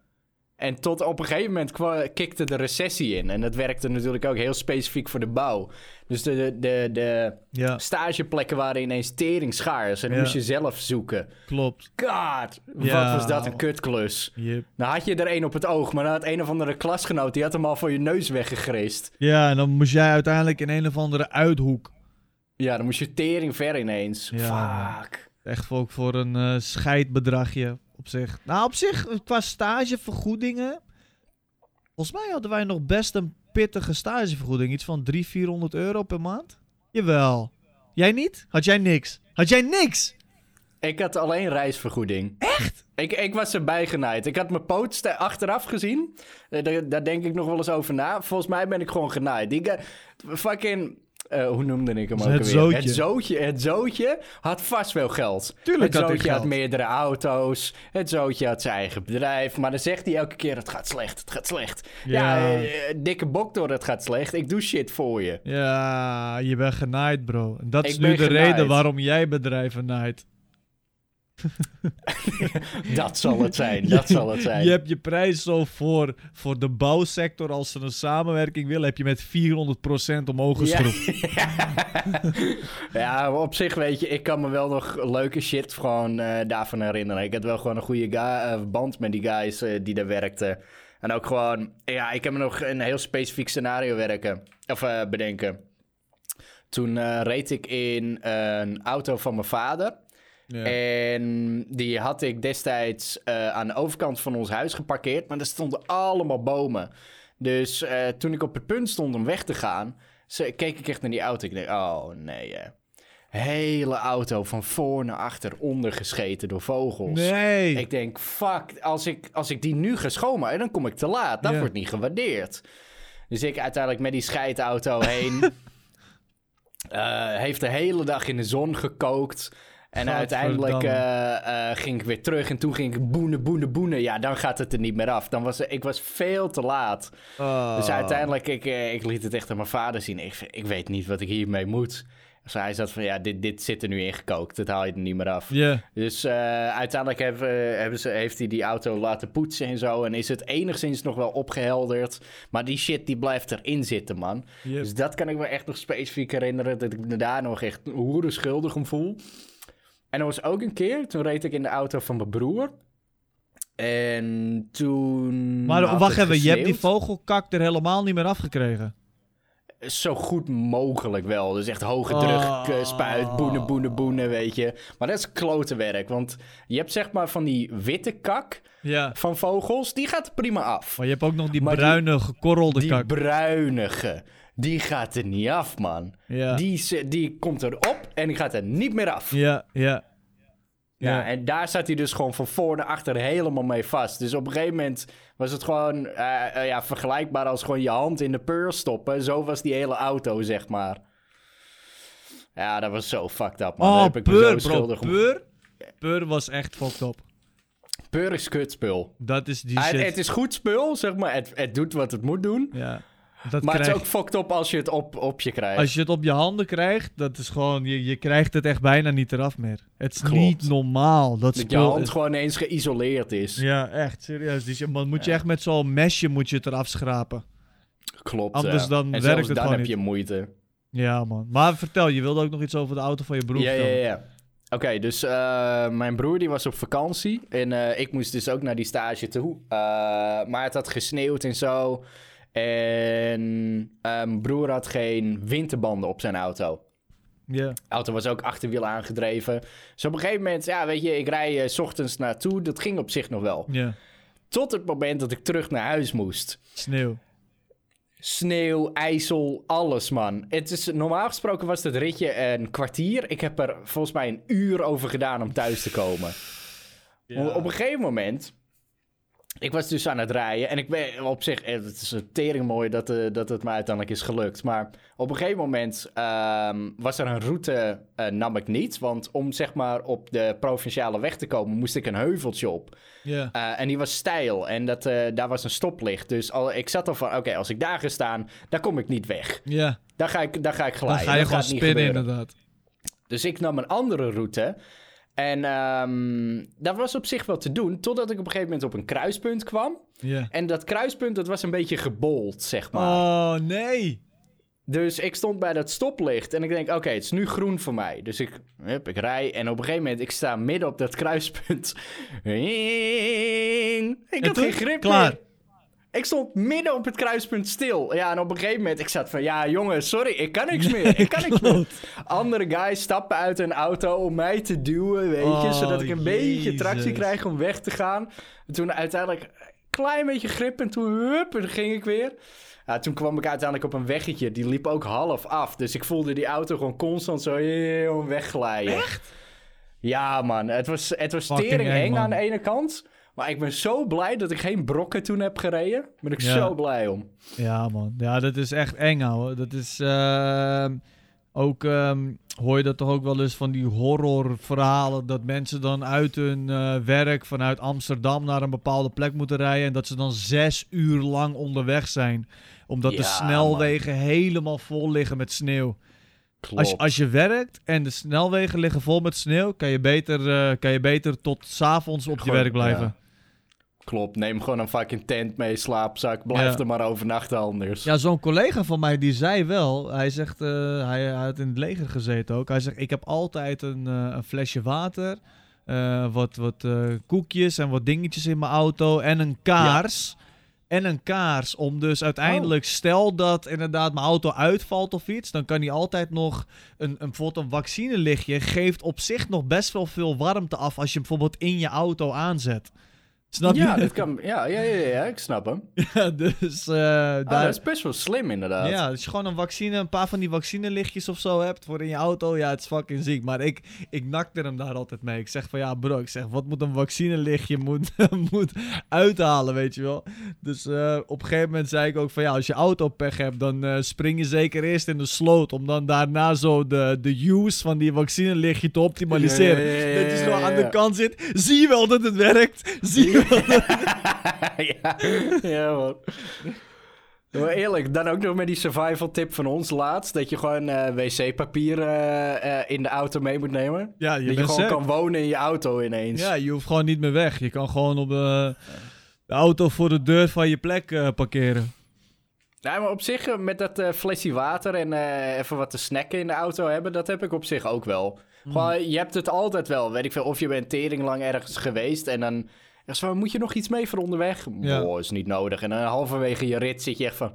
A: En tot op een gegeven moment kikte de recessie in. En dat werkte natuurlijk ook heel specifiek voor de bouw. Dus de stageplekken waren ineens tering schaars. En dan moest je zelf zoeken.
B: Klopt.
A: God, wat was dat een kutklus.
B: Yep.
A: Nou had je er één op het oog. Maar dan had een of andere klasgenoot, die had hem al voor je neus weggegrist.
B: Ja, en dan moest jij uiteindelijk in een of andere uithoek.
A: Ja, dan moest je tering ver ineens. Ja. Fuck.
B: Echt ook voor een scheidbedragje. Op zich. Nou, op zich, qua stagevergoedingen... Volgens mij hadden wij nog best een pittige stagevergoeding. Iets van 300-400 euro per maand. Jawel. Jij niet? Had jij niks?
A: Ik had alleen reisvergoeding.
B: Echt?
A: Ik was erbij genaaid. Ik had mijn poot achteraf gezien. Daar denk ik nog wel eens over na. Volgens mij ben ik gewoon genaaid. Fucking... hoe noemde ik hem ook alweer? Het zootje had vast wel geld.
B: Tuurlijk
A: het zootje had meerdere auto's. Het zootje had zijn eigen bedrijf. Maar dan zegt hij elke keer, het gaat slecht. Ja, dikke bok door, het gaat slecht. Ik doe shit voor je.
B: Ja, je bent genaaid, bro. En dat is nu de reden waarom jij bedrijven naait.
A: Dat zal het zijn.
B: Je hebt je prijs zo voor de bouwsector, als ze een samenwerking willen, heb je met 400% omhoog geschroefd.
A: Ja, op zich weet je, ik kan me wel nog leuke shit gewoon daarvan herinneren. Ik had wel gewoon een goede band met die guys die daar werkten. En ook gewoon, ja, ik heb me nog een heel specifiek scenario bedenken. Toen reed ik in een auto van mijn vader. Ja. En die had ik destijds aan de overkant van ons huis geparkeerd. Maar er stonden allemaal bomen. Dus toen ik op het punt stond om weg te gaan, keek ik echt naar die auto. Ik dacht, oh nee. Hele auto van voor naar achter ondergescheten door vogels.
B: Nee.
A: Ik denk, fuck, als ik die nu ga schoonmaken, dan kom ik te laat. Dat wordt niet gewaardeerd. Dus ik uiteindelijk met die scheidauto heen. Heeft de hele dag in de zon gekookt. En uiteindelijk ging ik weer terug en toen ging ik boenen. Ja, dan gaat het er niet meer af. Ik was veel te laat. Oh. Dus uiteindelijk, ik liet het echt aan mijn vader zien. Ik weet niet wat ik hiermee moet. Dus hij zat van, ja, dit zit er nu in gekookt. Dat haal je er niet meer af.
B: Yeah.
A: Dus uiteindelijk heeft hij die auto laten poetsen en zo. En is het enigszins nog wel opgehelderd. Maar die shit, die blijft erin zitten, man. Yep. Dus dat kan ik me echt nog specifiek herinneren. Dat ik me daar nog echt hoeren schuldig om voel. En er was ook een keer, toen reed ik in de auto van mijn broer. En toen...
B: Maar wacht even, je hebt die vogelkak er helemaal niet meer afgekregen?
A: zo goed mogelijk wel. Dus echt hoge druk, spuit, boenen, weet je. Maar dat is klote werk, want je hebt zeg maar van die witte kak van vogels, die gaat er prima af.
B: Maar je hebt ook nog die bruine, gekorrelde kak.
A: Die bruinige, die gaat er niet af, man. Ja. Die komt erop en die gaat er niet meer af. Ja, en daar zat hij dus gewoon van voor naar achter helemaal mee vast. Dus op een gegeven moment was het gewoon vergelijkbaar als gewoon je hand in de peur stoppen. Zo was die hele auto, zeg maar. Ja, dat was zo fucked up, man.
B: Daar heb ik me zo schuldig Peur was echt fucked up.
A: Peur is kutspul.
B: Dat is die shit.
A: Het is goed spul, zeg maar. Het doet wat het moet doen.
B: Ja.
A: Maar het is ook fucked up als je het op je krijgt.
B: Als je het op je handen krijgt, dat is gewoon... Je krijgt het echt bijna niet eraf meer. Het is niet normaal. Dat
A: je hand gewoon eens geïsoleerd is.
B: Ja, echt. Serieus. Dus moet je echt met zo'n mesje moet je het eraf schrapen.
A: Klopt,
B: anders dan
A: en
B: werkt het
A: dan
B: gewoon
A: heb je moeite.
B: Ja, man. Maar vertel, je wilde ook nog iets over de auto van je broer vertellen.
A: Ja. Oké, dus mijn broer die was op vakantie. En ik moest dus ook naar die stage toe. Maar het had gesneeuwd en zo... En mijn broer had geen winterbanden op zijn auto. De auto was ook achterwiel aangedreven. Dus op een gegeven moment, weet je, ik rij 's ochtends naartoe. Dat ging op zich nog wel. Tot het moment dat ik terug naar huis moest. Sneeuw, ijsel, alles, man. Normaal gesproken was het ritje een kwartier. Ik heb er volgens mij een uur over gedaan om thuis te komen. Op een gegeven moment... Ik was dus aan het rijden en ik ben op zich... Het is een tering mooi dat het me uiteindelijk is gelukt. Maar op een gegeven moment was er een route, nam ik niet. Want om zeg maar op de provinciale weg te komen, moest ik een heuveltje op. En die was steil en daar was een stoplicht. Dus ik zat al van, oké, als ik daar ga staan, dan kom ik niet weg. Dan ga ik glijden.
B: Dan ga je gewoon spinnen, inderdaad.
A: Dus ik nam een andere route... En dat was op zich wel te doen, totdat ik op een gegeven moment op een kruispunt kwam. En dat kruispunt, dat was een beetje gebold, zeg maar.
B: Oh, nee!
A: Dus ik stond bij dat stoplicht en ik denk, oké, het is nu groen voor mij. Dus ik rij en op een gegeven moment, ik sta midden op dat kruispunt. Ik had geen grip meer. Ik stond midden op het kruispunt stil. Ja, en op een gegeven moment, ik zat van... Ja, jongen, sorry, ik kan niks meer. Andere guys stappen uit een auto om mij te duwen, weet je. Zodat ik een beetje tractie krijg om weg te gaan. En toen uiteindelijk een klein beetje grip en toen ging ik weer. Ja, toen kwam ik uiteindelijk op een weggetje. Die liep ook half af. Dus ik voelde die auto gewoon constant zo wegglijden.
B: Echt?
A: Ja, man. Het was tering eng aan de ene kant... Maar ik ben zo blij dat ik geen brokken toen heb gereden. Daar ben ik zo blij om.
B: Ja, man. Ja, dat is echt eng, ouwe. Dat is... ook hoor je dat toch ook wel eens van die horrorverhalen... dat mensen dan uit hun werk vanuit Amsterdam naar een bepaalde plek moeten rijden... en dat ze dan 6 uur lang onderweg zijn. Omdat de snelwegen helemaal vol liggen met sneeuw. Als je werkt en de snelwegen liggen vol met sneeuw... kan je beter tot 's avonds op je werk blijven.
A: Ja. Klopt, neem gewoon een fucking tent mee, slaapzak. Blijf er maar overnachten anders.
B: Ja, zo'n collega van mij die zei wel... Hij zegt, hij had in het leger gezeten ook. Hij zegt, ik heb altijd een flesje water... wat koekjes en wat dingetjes in mijn auto... en een kaars... Ja. En een kaars om dus uiteindelijk... Stel dat inderdaad mijn auto uitvalt of iets... dan kan hij altijd nog... bijvoorbeeld een vaccinelichtje... geeft op zich nog best wel veel warmte af... als je bijvoorbeeld in je auto aanzet. Snap je?
A: Dat kan, ja, ik snap hem.
B: Ja, dus...
A: dat is best wel slim, inderdaad.
B: Ja, als je gewoon een paar van die vaccinelichtjes of zo hebt voor in je auto, het is fucking ziek. Maar ik nakte hem daar altijd mee. Ik zeg van, ja bro, wat moet een vaccinelichtje moet uithalen, weet je wel. Dus op een gegeven moment zei ik ook van, als je auto pech hebt, dan spring je zeker eerst in de sloot, om dan daarna zo de use van die vaccinelichtje te optimaliseren. Dat je zo aan de kant zit. Zie je wel dat het werkt? Zie je
A: ja, man. Maar eerlijk, dan ook nog met die survival tip van ons laatst... dat je gewoon wc-papier in de auto mee moet nemen.
B: Ja,
A: dat je gewoon kan wonen in je auto ineens.
B: Ja, je hoeft gewoon niet meer weg. Je kan gewoon op de auto voor de deur van je plek parkeren.
A: Ja, maar op zich, met dat flesje water en even wat te snacken in de auto hebben... dat heb ik op zich ook wel. Gewoon, je hebt het altijd wel, weet ik veel. Of je bent tering lang ergens geweest en dan... Zo, moet je nog iets mee voor onderweg? Ja. Is niet nodig. En dan halverwege je rit zit je echt van...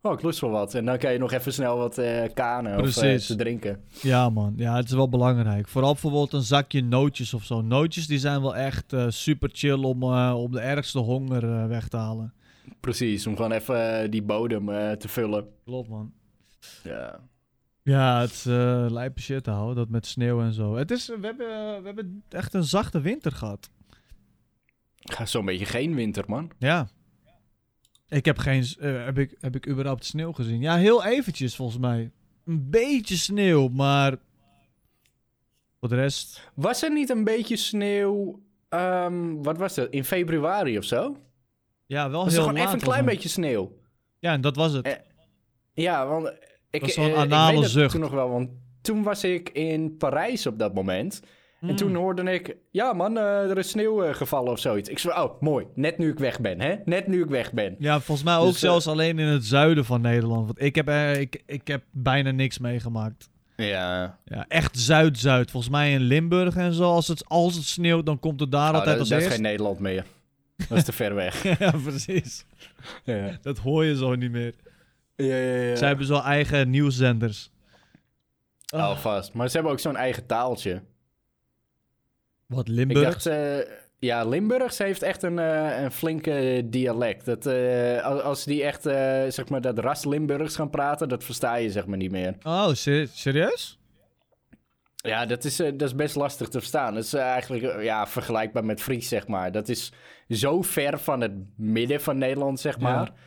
A: ik lust wel wat. En dan kan je nog even snel wat kanen of te drinken.
B: Ja, man. Ja, het is wel belangrijk. Vooral bijvoorbeeld een zakje nootjes of zo. Nootjes die zijn wel echt super chill om de ergste honger weg te halen.
A: Precies, om gewoon even die bodem te vullen.
B: Klopt, man.
A: Ja.
B: Ja, het is lijpe shit, houden. Dat met sneeuw en zo. We hebben echt een zachte winter gehad.
A: Zo'n beetje geen winter, man.
B: Ja. Ik heb geen... heb ik überhaupt sneeuw gezien? Ja, heel eventjes volgens mij. Een beetje sneeuw, maar... Voor de rest...
A: Was er niet een beetje sneeuw... wat was dat? In februari of zo?
B: Ja, wel
A: was
B: heel
A: laat. Was er gewoon even een klein
B: mij.
A: beetje sneeuw?
B: Ja, en dat was het.
A: Ja, want...
B: Dat was zo'n anale zucht.
A: Toen nog wel, want toen was ik in Parijs op dat moment... En toen hoorde ik, ja man, er is sneeuw gevallen of zoiets. Ik zei, oh mooi, net nu ik weg ben, hè? Net nu ik weg ben.
B: Ja, volgens mij ook dus, zelfs alleen in het zuiden van Nederland. Want ik heb bijna niks meegemaakt.
A: Ja.
B: Ja, echt Zuid-Zuid. Volgens mij in Limburg en zo. Als het sneeuwt, dan komt het daar altijd als eerst.
A: Dat is geen Nederland meer. Dat is te ver weg.
B: Ja, precies. Ja. Dat hoor je zo niet meer.
A: Ja.
B: Zij hebben zo eigen nieuwszenders.
A: Oh, vast. Maar ze hebben ook zo'n eigen taaltje.
B: Wat, Limburg?
A: Ik dacht, Limburgs heeft echt een flinke dialect. Dat, als die echt, zeg maar, dat ras Limburgs gaan praten, dat versta je, zeg maar, niet meer.
B: Oh, serieus?
A: Ja, dat is best lastig te verstaan. Dat is eigenlijk vergelijkbaar met Fries, zeg maar. Dat is zo ver van het midden van Nederland, zeg maar... Ja.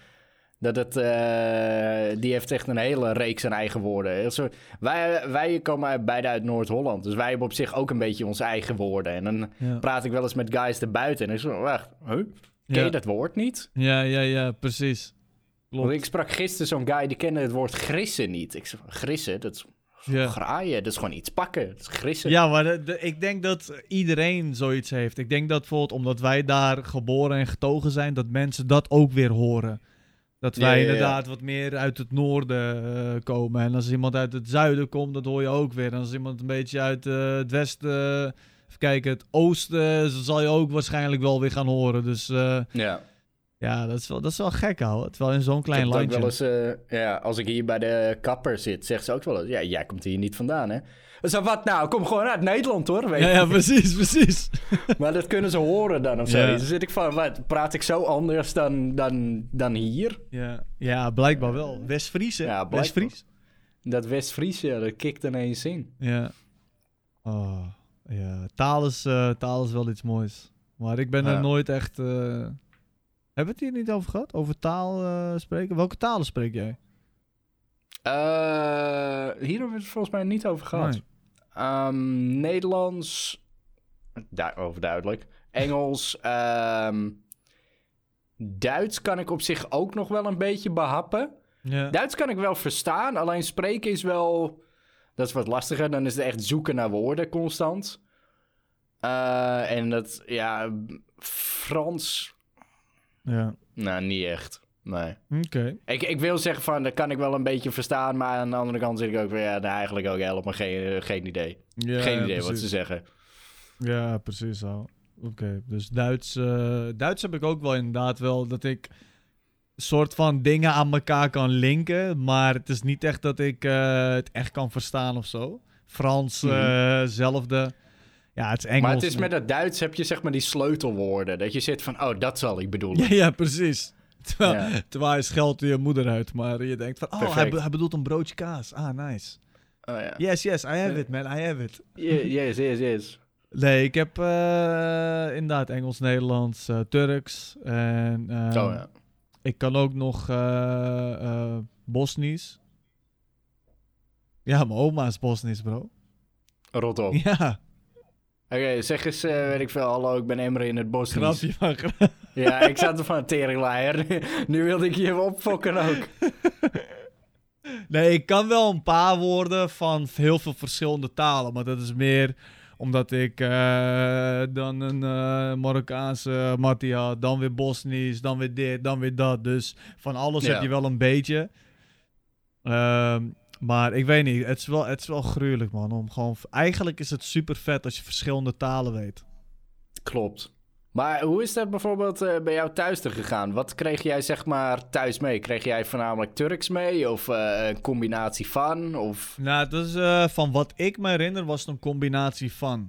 A: Die heeft echt een hele reeks aan eigen woorden. Wij komen beide uit Noord-Holland. Dus wij hebben op zich ook een beetje onze eigen woorden. En dan praat ik wel eens met guys erbuiten. En ik zeg, wacht, ken je dat woord niet?
B: Ja, precies. Klopt.
A: Want ik sprak gisteren zo'n guy, die kende het woord grissen niet. Ik zeg, grissen? Dat is graaien. Dat is gewoon iets pakken. Dat is grissen.
B: Ja, maar ik denk dat iedereen zoiets heeft. Ik denk dat bijvoorbeeld, omdat wij daar geboren en getogen zijn, dat mensen dat ook weer horen. Dat wij inderdaad wat meer uit het noorden komen. En als iemand uit het zuiden komt, dat hoor je ook weer. En als iemand een beetje uit het westen, even kijken, het oosten, zal je ook waarschijnlijk wel weer gaan horen. Dus ja, dat is wel gek, hoor. Terwijl in zo'n klein landje.
A: Wel eens, als ik hier bij de kapper zit, zegt ze ook wel eens, ja, jij komt hier niet vandaan, hè? Zo, wat nou? Kom gewoon uit Nederland, hoor. Weet je.
B: Ja, precies.
A: Maar dat kunnen ze horen dan of zo. Ja. Dan zit ik van, wat, praat ik zo anders dan hier?
B: Ja, blijkbaar wel. West-Fries, hè?
A: Ja,
B: West-Fries.
A: Dat West-Fries, dat kikt ineens in.
B: Ja. Oh, ja. Taal is wel iets moois. Maar ik ben er nooit echt... Hebben we het hier niet over gehad? Over taal spreken? Welke talen spreek jij?
A: Hier hebben we het volgens mij niet over gehad. Nee. Nederlands, overduidelijk. Engels, Duits kan ik op zich ook nog wel een beetje behappen. Ja. Duits kan ik wel verstaan, alleen spreken is wel... Dat is wat lastiger, dan is het echt zoeken naar woorden constant. En dat, Frans...
B: Ja.
A: Nou, niet echt. Nee.
B: Oké.
A: Ik wil zeggen van, dat kan ik wel een beetje verstaan, maar aan de andere kant zit ik ook weer, eigenlijk ook helemaal geen idee. Ja, geen idee wat ze zeggen.
B: Ja, precies zo. Oké. Dus Duits heb ik ook wel inderdaad wel, dat ik soort van dingen aan elkaar kan linken, maar het is niet echt dat ik het echt kan verstaan of zo. Frans, zelfde. Ja, het is Engels.
A: Maar het is met het Duits heb je zeg maar die sleutelwoorden, dat je zit van, oh, dat zal ik bedoelen.
B: Ja, precies. Terwijl hij scheldt je moeder uit, maar je denkt van, oh, hij bedoelt een broodje kaas. Ah, nice.
A: Oh, ja.
B: Yes, I have it, man, I have it.
A: Yes.
B: Nee, ik heb inderdaad Engels, Nederlands, Turks en ik kan ook nog Bosnisch. Ja, mijn oma is Bosnisch, bro.
A: Rot op.
B: Ja.
A: Oké, zeg eens, weet ik veel, hallo, ik ben Emre in het Bosnisch.
B: Grapje van
A: Ja, ik zat er van een teringlaaier. Nu wilde ik je even opfokken ook.
B: Nee, ik kan wel een paar woorden van heel veel verschillende talen, maar dat is meer omdat ik dan een Marokkaanse mattie had, dan weer Bosnisch, dan weer dit, dan weer dat. Dus van alles heb je wel een beetje. Maar ik weet niet, het is wel gruwelijk, man. Eigenlijk is het super vet als je verschillende talen weet.
A: Klopt. Maar hoe is dat bijvoorbeeld bij jou thuis te gegaan? Wat kreeg jij zeg maar thuis mee? Kreeg jij voornamelijk Turks mee? Of een combinatie van? Of...
B: Nou, het is, van wat ik me herinner was het een combinatie van.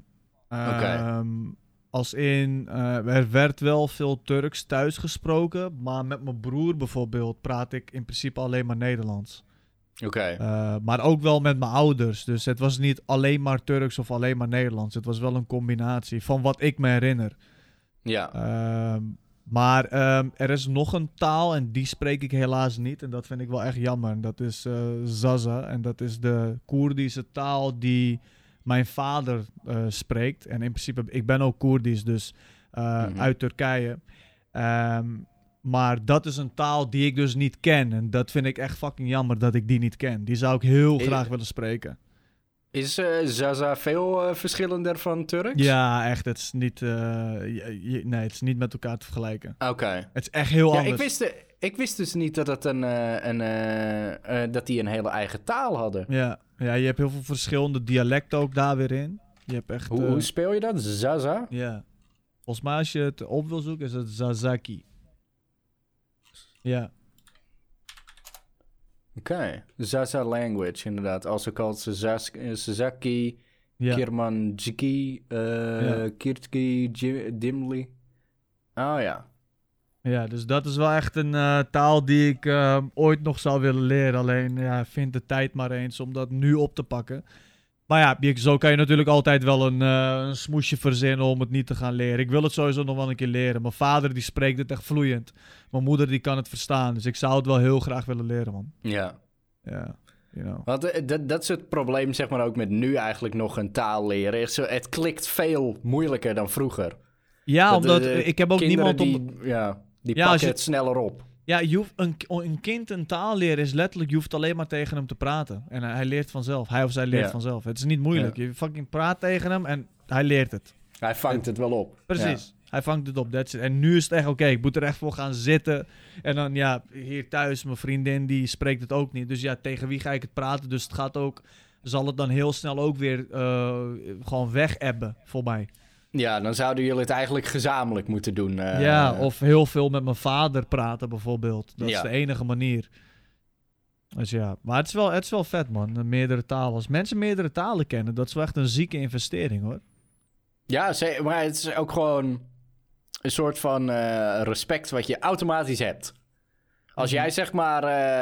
B: Als in, er werd wel veel Turks thuis gesproken. Maar met mijn broer bijvoorbeeld praat ik in principe alleen maar Nederlands.
A: Oké.
B: Maar ook wel met mijn ouders. Dus het was niet alleen maar Turks of alleen maar Nederlands. Het was wel een combinatie van wat ik me herinner.
A: Ja.
B: Maar er is nog een taal en die spreek ik helaas niet. En dat vind ik wel echt jammer. En dat is Zaza. En dat is de Koerdische taal die mijn vader spreekt. En in principe, ik ben ook Koerdisch, dus uit Turkije. Maar dat is een taal die ik dus niet ken. En dat vind ik echt fucking jammer dat ik die niet ken. Die zou ik heel graag willen spreken.
A: Is Zaza veel verschillender van Turks?
B: Ja, echt. Het is niet, nee, het is niet met elkaar te vergelijken.
A: Oké.
B: Het is echt heel anders.
A: Ik wist dus niet dat het dat die een hele eigen taal hadden.
B: Ja, je hebt heel veel verschillende dialecten ook daar weer in. Je hebt echt,
A: hoe speel je dat? Zaza?
B: Ja. Volgens mij als je het op wil zoeken is het Zazaki. Ja.
A: Oké. Zaza language, inderdaad. Also called Sazaki, Kirmanjiki, Kirtki, Dimli. Oh ja.
B: Ja, dus dat is wel echt een taal die ik ooit nog zou willen leren. Alleen, vind de tijd maar eens om dat nu op te pakken. Maar ja, zo kan je natuurlijk altijd wel een smoesje verzinnen om het niet te gaan leren. Ik wil het sowieso nog wel een keer leren. Mijn vader die spreekt het echt vloeiend. Mijn moeder die kan het verstaan. Dus ik zou het wel heel graag willen leren, man.
A: Ja.
B: Ja,
A: Want dat is het probleem, zeg maar, ook met nu eigenlijk nog een taal leren. Het klikt veel moeilijker dan vroeger.
B: Ja, omdat ik heb ook niemand om...
A: Die pakken het sneller op.
B: Ja, een kind een taal leren is letterlijk, je hoeft alleen maar tegen hem te praten. En hij leert vanzelf. Hij of zij leert vanzelf. Het is niet moeilijk. Je fucking praat tegen hem en hij leert het.
A: Hij vangt het wel op.
B: Precies. Ja. Hij vangt het op. En nu is het echt oké. Ik moet er echt voor gaan zitten. En dan, hier thuis, mijn vriendin, die spreekt het ook niet. Dus ja, tegen wie ga ik het praten? Dus het gaat ook, zal het dan heel snel ook weer gewoon weg-ebben voor mij.
A: Ja, dan zouden jullie het eigenlijk gezamenlijk moeten doen.
B: Of heel veel met mijn vader praten bijvoorbeeld. Dat is de enige manier. Dus ja, maar het is wel vet, man. Meerdere talen. Als mensen meerdere talen kennen, dat is wel echt een zieke investering, hoor.
A: Ja, maar het is ook gewoon een soort van respect wat je automatisch hebt. Als jij zeg maar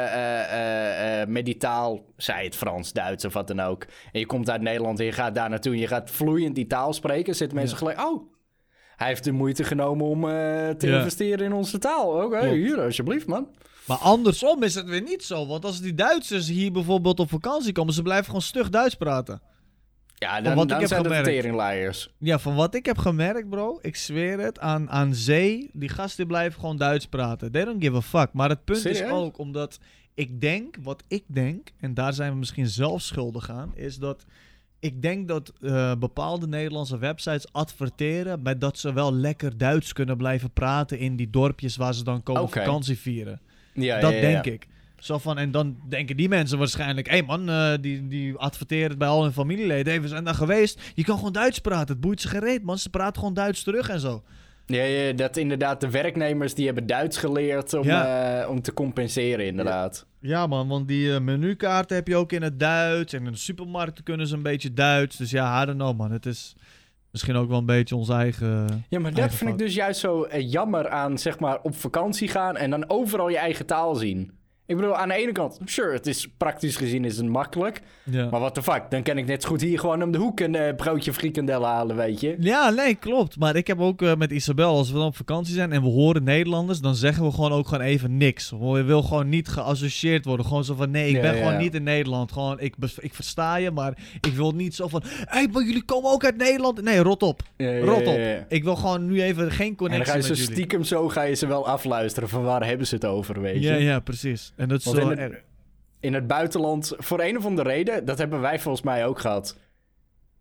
A: met die taal, zij het Frans, Duits of wat dan ook, en je komt uit Nederland en je gaat daar naartoe en je gaat vloeiend die taal spreken, zitten mensen gelijk, hij heeft de moeite genomen om te investeren in onze taal. Oké, hier alsjeblieft, man.
B: Maar andersom is het weer niet zo, want als die Duitsers hier bijvoorbeeld op vakantie komen, ze blijven gewoon stug Duits praten.
A: Ja, dan zijn de teringleiers.
B: Ja, van wat ik heb gemerkt, bro, ik zweer het, aan zee, die gasten blijven gewoon Duits praten. They don't give a fuck. Maar het punt is ook, omdat wat ik denk, en daar zijn we misschien zelf schuldig aan, is dat ik denk dat bepaalde Nederlandse websites adverteren met dat ze wel lekker Duits kunnen blijven praten in die dorpjes waar ze dan komen vakantie vieren. Dat denk ik. Zo van, en dan denken die mensen waarschijnlijk, hé man, die adverteren het bij al hun familieleden. Hey, we zijn daar geweest. Je kan gewoon Duits praten. Het boeit ze geen reet, man. Ze praten gewoon Duits terug en zo.
A: Ja, dat inderdaad de werknemers die hebben Duits geleerd om te compenseren, inderdaad.
B: Ja, man, want die menukaarten heb je ook in het Duits. En in de supermarkten kunnen ze een beetje Duits. Dus ja, I don't know, man. Het is misschien ook wel een beetje ons eigen...
A: Ja, maar dat vind ik dus juist zo jammer aan, zeg maar, op vakantie gaan en dan overal je eigen taal zien. Ik bedoel, aan de ene kant, sure, het is praktisch gezien is het makkelijk. Ja. Maar what the fuck, dan kan ik net zo goed hier gewoon om de hoek een broodje frikandel halen, weet je.
B: Ja, nee, klopt. Maar ik heb ook met Isabel, als we dan op vakantie zijn en we horen Nederlanders, dan zeggen we gewoon even niks. Je wil gewoon niet geassocieerd worden. Gewoon zo van, nee, ik ben gewoon niet in Nederland. Gewoon, ik versta je, maar ik wil niet zo van, hé, maar jullie komen ook uit Nederland. Nee, rot op. Rot op. Ik wil gewoon nu even geen connectie met jullie. En dan ga je
A: stiekem zo, ga je ze wel afluisteren van waar hebben ze het over, weet je.
B: Ja, precies. En dat is
A: in het buitenland, voor een of andere reden, dat hebben wij volgens mij ook gehad.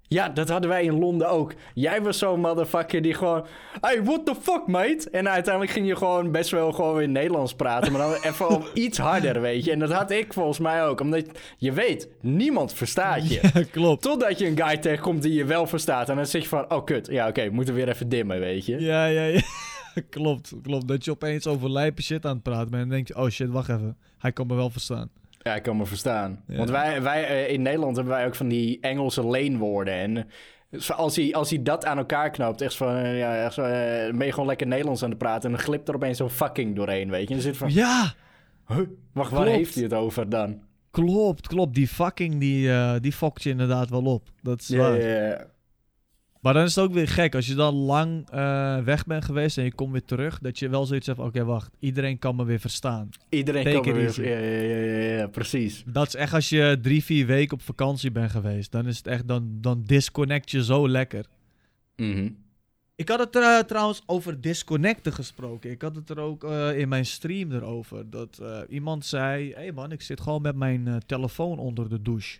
A: Ja, dat hadden wij in Londen ook. Jij was zo'n motherfucker die gewoon... Hey, what the fuck, mate? En uiteindelijk ging je gewoon best wel gewoon in Nederlands praten. Maar dan even op iets harder, weet je. En dat had ik volgens mij ook. Omdat je weet, niemand verstaat je.
B: Ja, klopt.
A: Totdat je een guy tegenkomt die je wel verstaat. En dan zeg je van, oh kut. Ja, oké, moeten we weer even dimmen, weet je.
B: Ja. Klopt. Dat je opeens over lijpe shit aan het praten bent. En dan denk je, oh shit, wacht even. Hij kan me wel verstaan.
A: Ja, ik kan me verstaan. Ja. Want wij in Nederland hebben wij ook van die Engelse leenwoorden. En als hij dat aan elkaar knoopt, echt van, ben je gewoon lekker Nederlands aan het praten. En dan glipt er opeens zo'n fucking doorheen, weet je. En dan zit van,
B: ja!
A: Wacht, waar heeft hij het over dan?
B: Klopt. Die fucking, die fokt je inderdaad wel op. Dat is waar.
A: Ja.
B: Maar dan is het ook weer gek. Als je dan lang weg bent geweest en je komt weer terug, dat je wel zoiets hebt van, oké, wacht. Iedereen kan me weer verstaan.
A: Iedereen kan me weer... Ja, precies.
B: Dat is echt als je 3-4 weken op vakantie bent geweest. Dan is het echt, dan disconnect je zo lekker.
A: Mm-hmm.
B: Ik had het trouwens over disconnecten gesproken. Ik had het er ook in mijn stream erover. Dat iemand zei, hey man, ik zit gewoon met mijn telefoon onder de douche.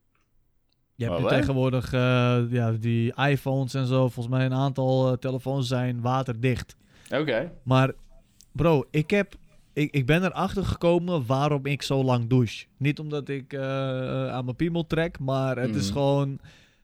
B: Je hebt nu tegenwoordig die iPhones en zo. Volgens mij een aantal telefoons zijn waterdicht.
A: Oké.
B: Maar bro, ik ben erachter gekomen waarom ik zo lang douche. Niet omdat ik aan mijn piemel trek, maar het is gewoon...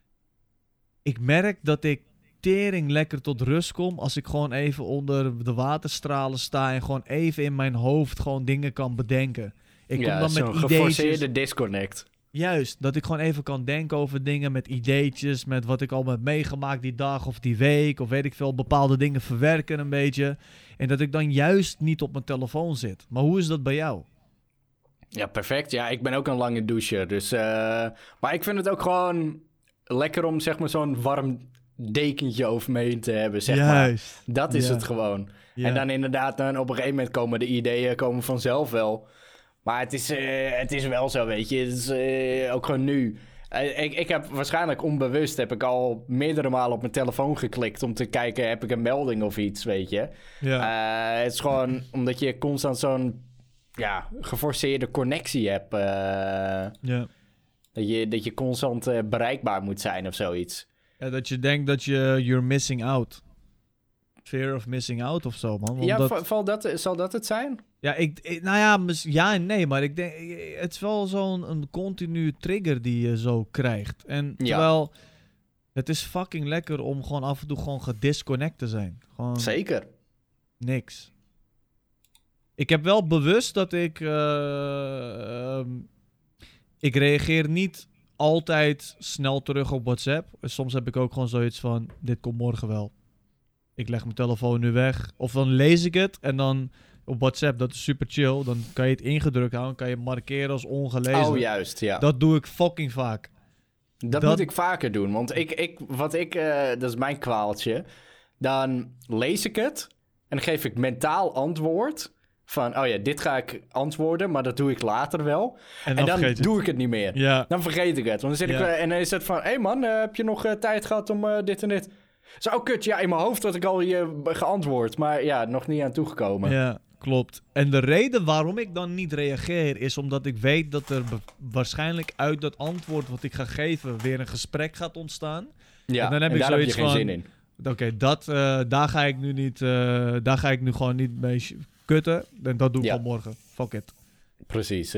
B: Ik merk dat ik tering lekker tot rust kom als ik gewoon even onder de waterstralen sta en gewoon even in mijn hoofd gewoon dingen kan bedenken. Ik kom dan met ideetjes.
A: Geforceerde disconnect.
B: Juist, dat ik gewoon even kan denken over dingen met ideetjes, met wat ik al heb meegemaakt die dag of die week, of weet ik veel, bepaalde dingen verwerken een beetje. En dat ik dan juist niet op mijn telefoon zit. Maar hoe is dat bij jou?
A: Ja, perfect. Ja, ik ben ook een lange doucher, dus... maar ik vind het ook gewoon lekker om, zeg maar, zo'n warm dekentje over me heen te hebben, zeg
B: juist.
A: Maar. Dat is het gewoon. Ja. En dan inderdaad, dan op een gegeven moment komen de ideeën komen vanzelf wel. Maar het is wel zo, weet je. Het is ook gewoon nu. Ik heb waarschijnlijk onbewust heb ik al meerdere malen op mijn telefoon geklikt om te kijken, heb ik een melding of iets, weet je. Ja. Het is gewoon omdat je constant zo'n geforceerde connectie hebt. Dat je constant bereikbaar moet zijn of zoiets.
B: Ja, dat je denkt dat you're missing out. Fear of missing out of zo, man.
A: Zal dat het zijn?
B: Ja, ja en nee, maar ik denk, het is wel zo'n continu trigger die je zo krijgt. En terwijl, het is fucking lekker om gewoon af en toe gewoon gedisconnect te zijn. Gewoon
A: zeker.
B: Niks. Ik heb wel bewust dat ik reageer niet altijd snel terug op WhatsApp. Soms heb ik ook gewoon zoiets van, dit komt morgen wel. Ik leg mijn telefoon nu weg. Of dan lees ik het en dan op WhatsApp, dat is super chill. Dan kan je het ingedrukt houden, kan je markeren als ongelezen.
A: Oh, juist, ja.
B: Dat doe ik fucking vaak.
A: Dat moet ik vaker doen, want dat is mijn kwaaltje. Dan lees ik het en dan geef ik mentaal antwoord. Van, oh ja, dit ga ik antwoorden, maar dat doe ik later wel. En dan doe ik het niet meer. Ja. Dan vergeet ik het. Want dan zit ik en dan is het van, hé man, heb je nog tijd gehad om dit en dit? Zo kut, ja, in mijn hoofd had ik al je geantwoord, maar ja, nog niet aan toegekomen.
B: Ja, klopt. En de reden waarom ik dan niet reageer is omdat ik weet dat er waarschijnlijk uit dat antwoord wat ik ga geven weer een gesprek gaat ontstaan.
A: Ja, en dan heb ik zoiets heb je geen zin in.
B: Oké, daar ga ik nu niet, daar ga ik nu gewoon niet mee kutten. En dat doe ik al morgen. Fuck it.
A: Precies.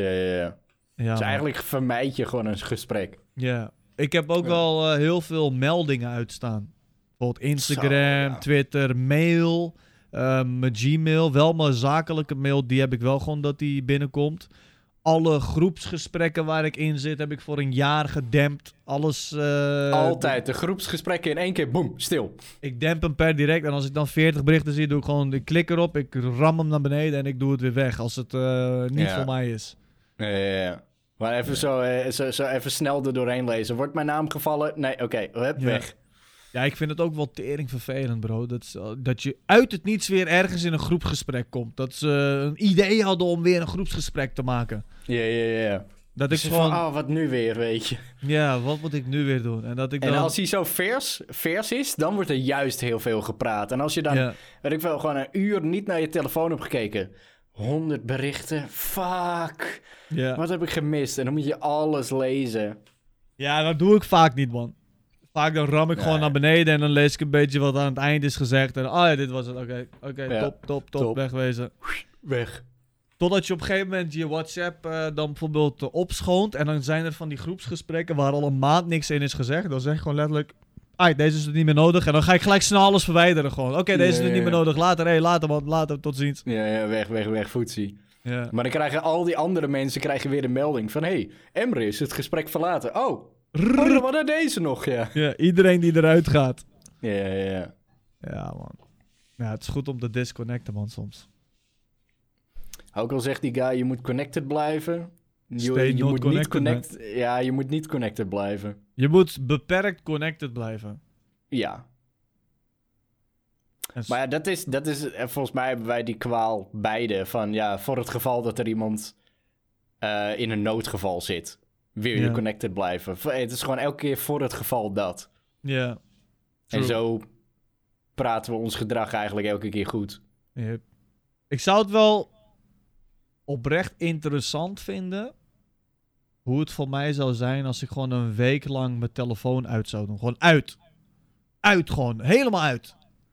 A: Dus eigenlijk vermijd je gewoon een gesprek.
B: Ja. Ik heb ook wel heel veel meldingen uitstaan. Bijvoorbeeld Instagram, Twitter, mail, mijn Gmail. Wel mijn zakelijke mail, die heb ik wel gewoon dat die binnenkomt. Alle groepsgesprekken waar ik in zit, heb ik voor een jaar gedempt. Alles...
A: Altijd, de groepsgesprekken in één keer, boem, stil.
B: Ik demp hem per direct en als ik dan 40 berichten zie, doe ik gewoon... Ik klik erop, ik ram hem naar beneden en ik doe het weer weg als het niet voor mij is.
A: Ja. Maar even zo even snel er doorheen lezen. Wordt mijn naam gevallen? Nee, oké, weg.
B: Ja, ik vind het ook wel tering vervelend, bro. Dat je uit het niets weer ergens in een groepsgesprek komt. Dat ze een idee hadden om weer een groepsgesprek te maken.
A: Ja.
B: Dat
A: dus
B: ik gewoon...
A: van, wat nu weer, weet je.
B: Ja, wat moet ik nu weer doen? En
A: als hij zo vers is, dan wordt er juist heel veel gepraat. En als je dan, weet ik wel, gewoon een uur niet naar je telefoon hebt gekeken... 100 berichten, fuck. Wat heb ik gemist? En dan moet je alles lezen.
B: Ja, dat doe ik vaak niet, man. Vaak dan ram ik gewoon naar beneden en dan lees ik een beetje wat aan het eind is gezegd. En dit was het. Oké, top, wegwezen.
A: Weg.
B: Totdat je op een gegeven moment je WhatsApp dan bijvoorbeeld opschoont. En dan zijn er van die groepsgesprekken waar al een maand niks in is gezegd. Dan zeg je gewoon letterlijk, deze is het niet meer nodig. En dan ga ik gelijk snel alles verwijderen gewoon. Oké, deze is het niet meer nodig. Later, tot ziens.
A: Ja, weg, voetzie. Ja. Maar dan krijgen al die andere mensen weer een melding van... Hey, Emre is het gesprek verlaten. Wat hadden deze nog,
B: Ja, iedereen die eruit gaat.
A: Ja.
B: Ja, man. Ja, het is goed om te disconnecten, man, soms.
A: Ook al zegt die guy, je moet connected blijven.
B: Je moet niet connected.
A: Ja, je moet niet connected blijven.
B: Je moet beperkt connected blijven.
A: Ja. Maar ja, dat is... Volgens mij hebben wij die kwaal beide. Van voor het geval dat er iemand in een noodgeval zit. Wil je connected blijven. Het is gewoon elke keer voor het geval dat.
B: Ja.
A: En zo praten we ons gedrag eigenlijk elke keer goed.
B: Yep. Ik zou het wel oprecht interessant vinden hoe het voor mij zou zijn als ik gewoon een week lang mijn telefoon uit zou doen. Gewoon uit. Uit gewoon. Helemaal uit.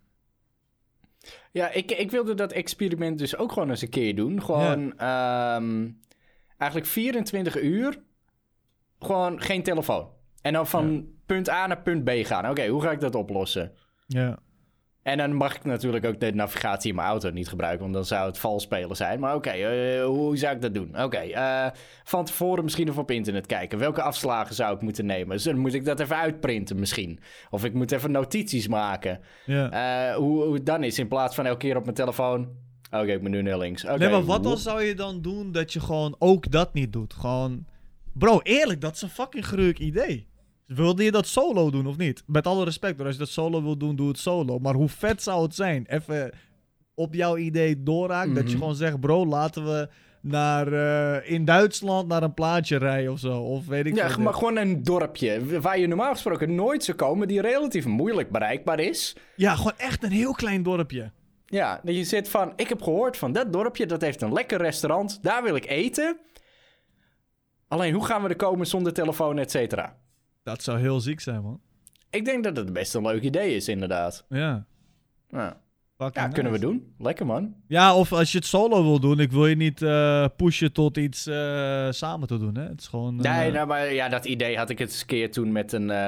A: Ja, ik wilde dat experiment dus ook gewoon eens een keer doen. Gewoon eigenlijk 24 uur gewoon geen telefoon. En dan van punt A naar punt B gaan. Oké, hoe ga ik dat oplossen?
B: Ja.
A: En dan mag ik natuurlijk ook de navigatie in mijn auto niet gebruiken, want dan zou het vals spelen zijn. Maar hoe zou ik dat doen? Van tevoren misschien even op internet kijken. Welke afslagen zou ik moeten nemen? Dus dan moet ik dat even uitprinten misschien. Of ik moet even notities maken.
B: Ja.
A: Hoe het dan is, in plaats van elke keer op mijn telefoon... Oké, ik moet nu naar links.
B: Nee, maar wat dan zou je dan doen dat je gewoon ook dat niet doet? Gewoon... Bro, eerlijk, dat is een fucking gruwelijk idee. Wilde je dat solo doen of niet? Met alle respect, als je dat solo wil doen, doe het solo. Maar hoe vet zou het zijn? Even op jouw idee doorraken. Dat je gewoon zegt, bro, laten we in Duitsland naar een plaatje rijden of zo. Of weet ik
A: maar gewoon een dorpje waar je normaal gesproken nooit zou komen, die relatief moeilijk bereikbaar is.
B: Ja, gewoon echt een heel klein dorpje.
A: Ja, dat je zit van, ik heb gehoord van dat dorpje, dat heeft een lekker restaurant. Daar wil ik eten. Alleen, hoe gaan we er komen zonder telefoon, et cetera?
B: Dat zou heel ziek zijn, man.
A: Ik denk dat het best een leuk idee is, inderdaad.
B: Ja.
A: Ja, kunnen we doen. Lekker, man.
B: Ja, of als je het solo wil doen, ik wil je niet pushen tot iets samen te doen, hè. Het is gewoon...
A: maar dat idee had ik eens een keer toen met een,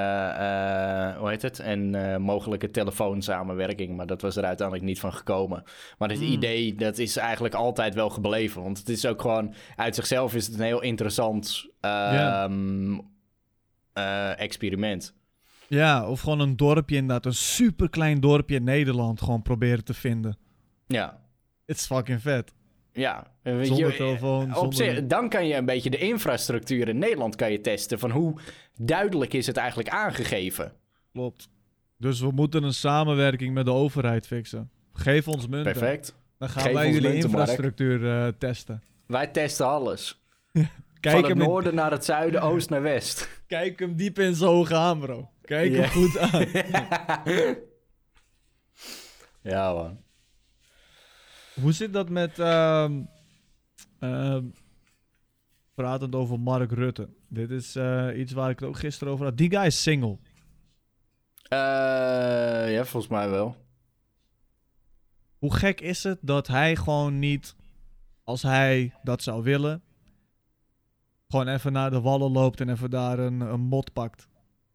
A: een mogelijke telefoonsamenwerking. Maar dat was er uiteindelijk niet van gekomen. Maar het idee, dat is eigenlijk altijd wel gebleven. Want het is ook gewoon, uit zichzelf is het een heel interessant experiment.
B: Ja, of gewoon een dorpje inderdaad. Een superklein dorpje in Nederland gewoon proberen te vinden.
A: Ja.
B: It's fucking vet.
A: Ja.
B: Zonder telefoon.
A: Dan kan je een beetje de infrastructuur in Nederland kan je testen. Van hoe duidelijk is het eigenlijk aangegeven.
B: Klopt. Dus we moeten een samenwerking met de overheid fixen. Geef ons munten.
A: Perfect.
B: Dan gaan wij jullie infrastructuur testen.
A: Wij testen alles.
B: Kijk
A: van het noorden naar het zuiden, oost naar west.
B: Kijk hem diep in zijn ogen aan, bro. Kijk hem goed aan.
A: Ja, man.
B: Hoe zit dat met... pratend over Mark Rutte. Dit is iets waar ik het ook gisteren over had. Die guy is single.
A: Ja, volgens mij wel.
B: Hoe gek is het dat hij gewoon niet... Als hij dat zou willen... Gewoon even naar de wallen loopt en even daar een mot pakt.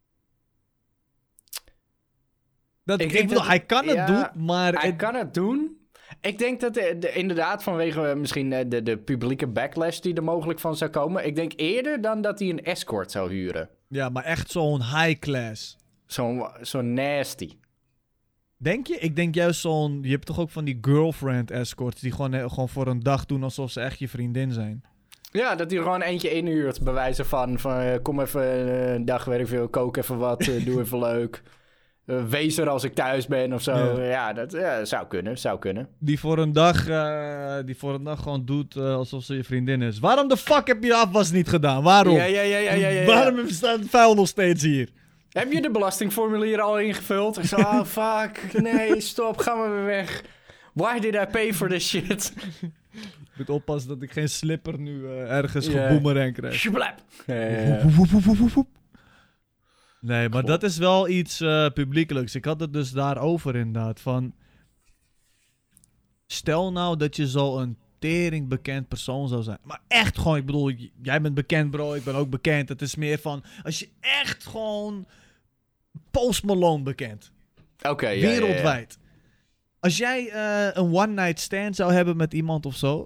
B: Hij kan het doen, maar...
A: Hij kan het doen. Ik denk dat inderdaad vanwege misschien de publieke backlash die er mogelijk van zou komen. Ik denk eerder dan dat hij een escort zou huren.
B: Ja, maar echt zo'n high class.
A: Zo'n nasty.
B: Denk je? Ik denk juist zo'n... Je hebt toch ook van die girlfriend escorts die gewoon voor een dag doen alsof ze echt je vriendin zijn.
A: Ja, dat hij er gewoon eentje inhuurt, bij wijze van kom even een dag, weet ik veel, kook even wat, doe even leuk. Wees er als ik thuis ben of zo. Ja, dat zou kunnen. Die voor een dag gewoon doet alsof ze je vriendin is. Waarom de fuck heb je afwas niet gedaan? Waarom? Ja.
B: Waarom staat het vuil nog steeds hier?
A: Heb je de belastingformulier al ingevuld? Ik zei, fuck, nee, stop, ga maar weer weg. Why did I pay for this shit?
B: Ik moet oppassen dat ik geen slipper nu ergens geboomerang krijg.
A: Shublap.
B: Nee, maar dat is wel iets publiekelijks. Ik had het dus daarover inderdaad. Van, stel nou dat je zo'n tering bekend persoon zou zijn. Maar echt gewoon, ik bedoel, jij bent bekend bro, ik ben ook bekend. Het is meer van, als je echt gewoon Post Malone bekend.
A: Oké,
B: wereldwijd. Ja. Als jij een one night stand zou hebben met iemand of zo.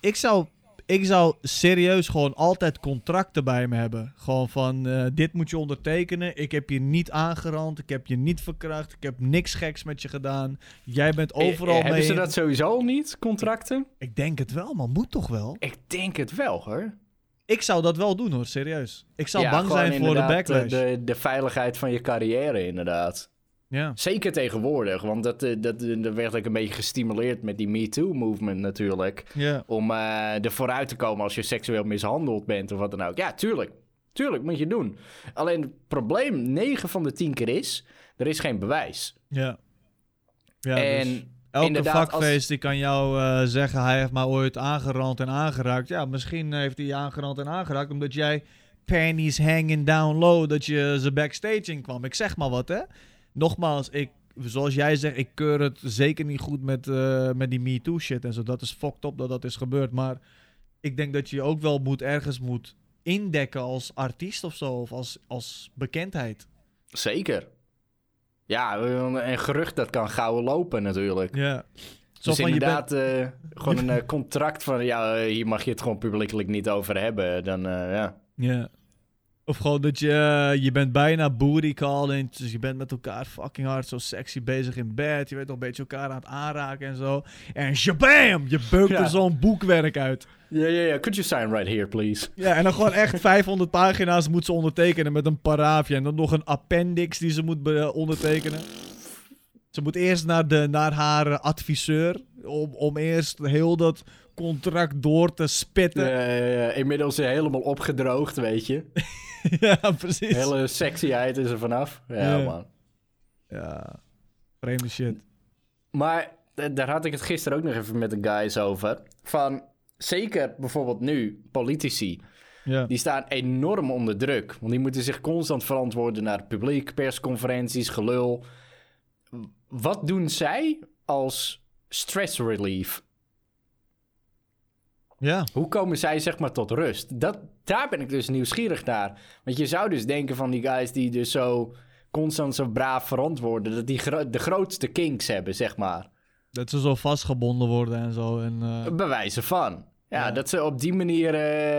B: Ik zou serieus gewoon altijd contracten bij me hebben. Gewoon van, dit moet je ondertekenen. Ik heb je niet aangerand. Ik heb je niet verkracht. Ik heb niks geks met je gedaan. Jij bent overal mee.
A: Hebben ze dat sowieso al niet, contracten?
B: Ik denk het wel, man. Moet toch wel?
A: Ik denk het wel, hoor.
B: Ik zou dat wel doen, hoor. Serieus. Ik zou bang zijn voor de backlash.
A: De veiligheid van je carrière, inderdaad.
B: Ja.
A: Zeker tegenwoordig, want dat werd ook een beetje gestimuleerd met die MeToo-movement natuurlijk.
B: Yeah.
A: Om er vooruit te komen als je seksueel mishandeld bent of wat dan ook. Ja, tuurlijk moet je doen. Alleen het probleem 9 van de 10 keer is, er is geen bewijs.
B: Ja. En
A: dus
B: elke vakfeest die kan jou zeggen, hij heeft mij ooit aangerand en aangeraakt. Ja, misschien heeft hij je aangerand en aangeraakt omdat jij panties hanging down low, dat je ze backstage in kwam. Ik zeg maar wat, hè. Nogmaals, zoals jij zegt, ik keur het zeker niet goed met die MeToo shit en zo. Dat is fucked up dat is gebeurd. Maar ik denk dat je ook wel ergens moet indekken als artiest of zo. Of als bekendheid.
A: Zeker. Ja, een gerucht dat kan gauw lopen natuurlijk.
B: Ja.
A: Dus van, inderdaad, gewoon een contract van, ja, hier mag je het gewoon publiekelijk niet over hebben. Dan, ja.
B: Ja. Of gewoon dat je bent bijna booty calling. Dus je bent met elkaar fucking hard zo sexy bezig in bed. Je bent nog een beetje elkaar aan het aanraken en zo. En shabam! Je beukt er zo'n boekwerk uit.
A: Ja. Could you sign right here, please?
B: Ja, en dan gewoon echt 500 pagina's moet ze ondertekenen met een paraafje. En dan nog een appendix die ze moet ondertekenen. Ze moet eerst naar haar adviseur. Om eerst heel dat contract door te spitten.
A: Ja. Inmiddels helemaal opgedroogd, weet je.
B: Ja, precies.
A: De hele sexyheid is er vanaf. Ja, man.
B: Ja, vreemde shit.
A: Maar daar had ik het gisteren ook nog even met de guys over. Van, zeker bijvoorbeeld nu, politici.
B: Ja.
A: Die staan enorm onder druk. Want die moeten zich constant verantwoorden naar het publiek. Persconferenties, gelul. Wat doen zij als stress relief?
B: Ja.
A: Hoe komen zij zeg maar tot rust? Daar ben ik dus nieuwsgierig naar. Want je zou dus denken van die guys die dus zo constant zo braaf verantwoorden, dat die de grootste kinks hebben, zeg maar.
B: Dat ze zo vastgebonden worden en zo.
A: Bewijzen van. Ja, dat ze op die manier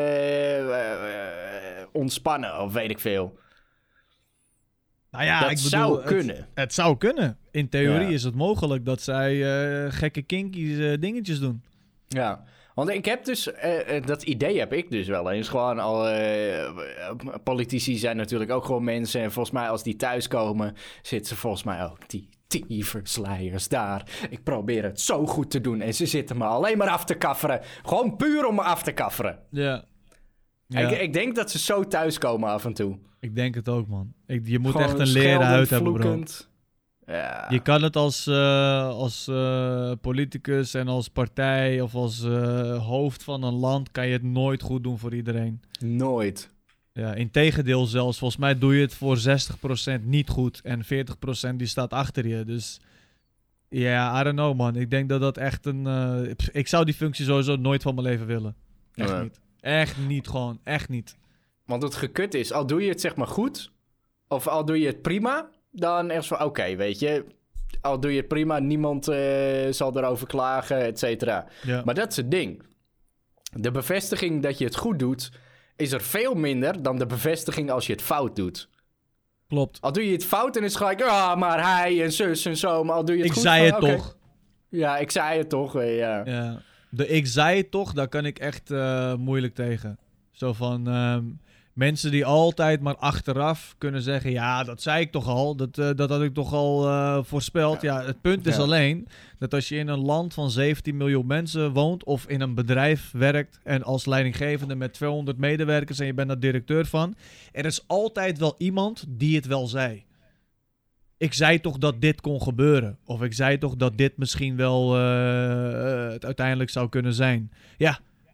A: ontspannen of weet ik veel.
B: Nou ja,
A: dat zou kunnen.
B: Het zou kunnen. In theorie is het mogelijk dat zij gekke kinky dingetjes doen.
A: Ja. Want ik heb dus, dat idee heb ik dus wel eens. Gewoon al, politici zijn natuurlijk ook gewoon mensen. En volgens mij als die thuiskomen, zitten ze volgens mij ook die tyfersleiers daar. Ik probeer het zo goed te doen. En ze zitten me alleen maar af te kafferen. Gewoon puur om me af te kafferen.
B: Ja.
A: Ik denk dat ze zo thuiskomen af en toe.
B: Ik denk het ook, man. Je moet gewoon echt een leren uit hebben, bro.
A: Ja.
B: Je kan het als politicus en als partij of als hoofd van een land kan je het nooit goed doen voor iedereen.
A: Nooit.
B: Ja, integendeel zelfs. Volgens mij doe je het voor 60% niet goed en 40% die staat achter je. Dus ja, I don't know, man. Ik denk dat dat echt ik zou die functie sowieso nooit van mijn leven willen. Echt niet. Echt niet, gewoon. Echt niet.
A: Want het gekut is, al doe je het zeg maar goed, of al doe je het prima, dan echt van, oké, weet je, al doe je het prima, niemand zal erover klagen, et cetera.
B: Ja.
A: Maar dat is het ding. De bevestiging dat je het goed doet, is er veel minder dan de bevestiging als je het fout doet.
B: Klopt.
A: Al doe je het fout en is het gelijk, maar hij en zus en zo, maar al doe je het goed.
B: Ik zei het toch.
A: Ja, ik zei het toch, ja.
B: Ik zei het toch, daar kan ik echt moeilijk tegen. Zo van mensen die altijd maar achteraf kunnen zeggen, ja, dat zei ik toch al, dat had ik toch al voorspeld. Ja, het punt is alleen dat als je in een land van 17 miljoen mensen woont of in een bedrijf werkt en als leidinggevende met 200 medewerkers en je bent daar directeur van, er is altijd wel iemand die het wel zei. Ik zei toch dat dit kon gebeuren. Of ik zei toch dat dit misschien wel het uiteindelijk zou kunnen zijn. Ja,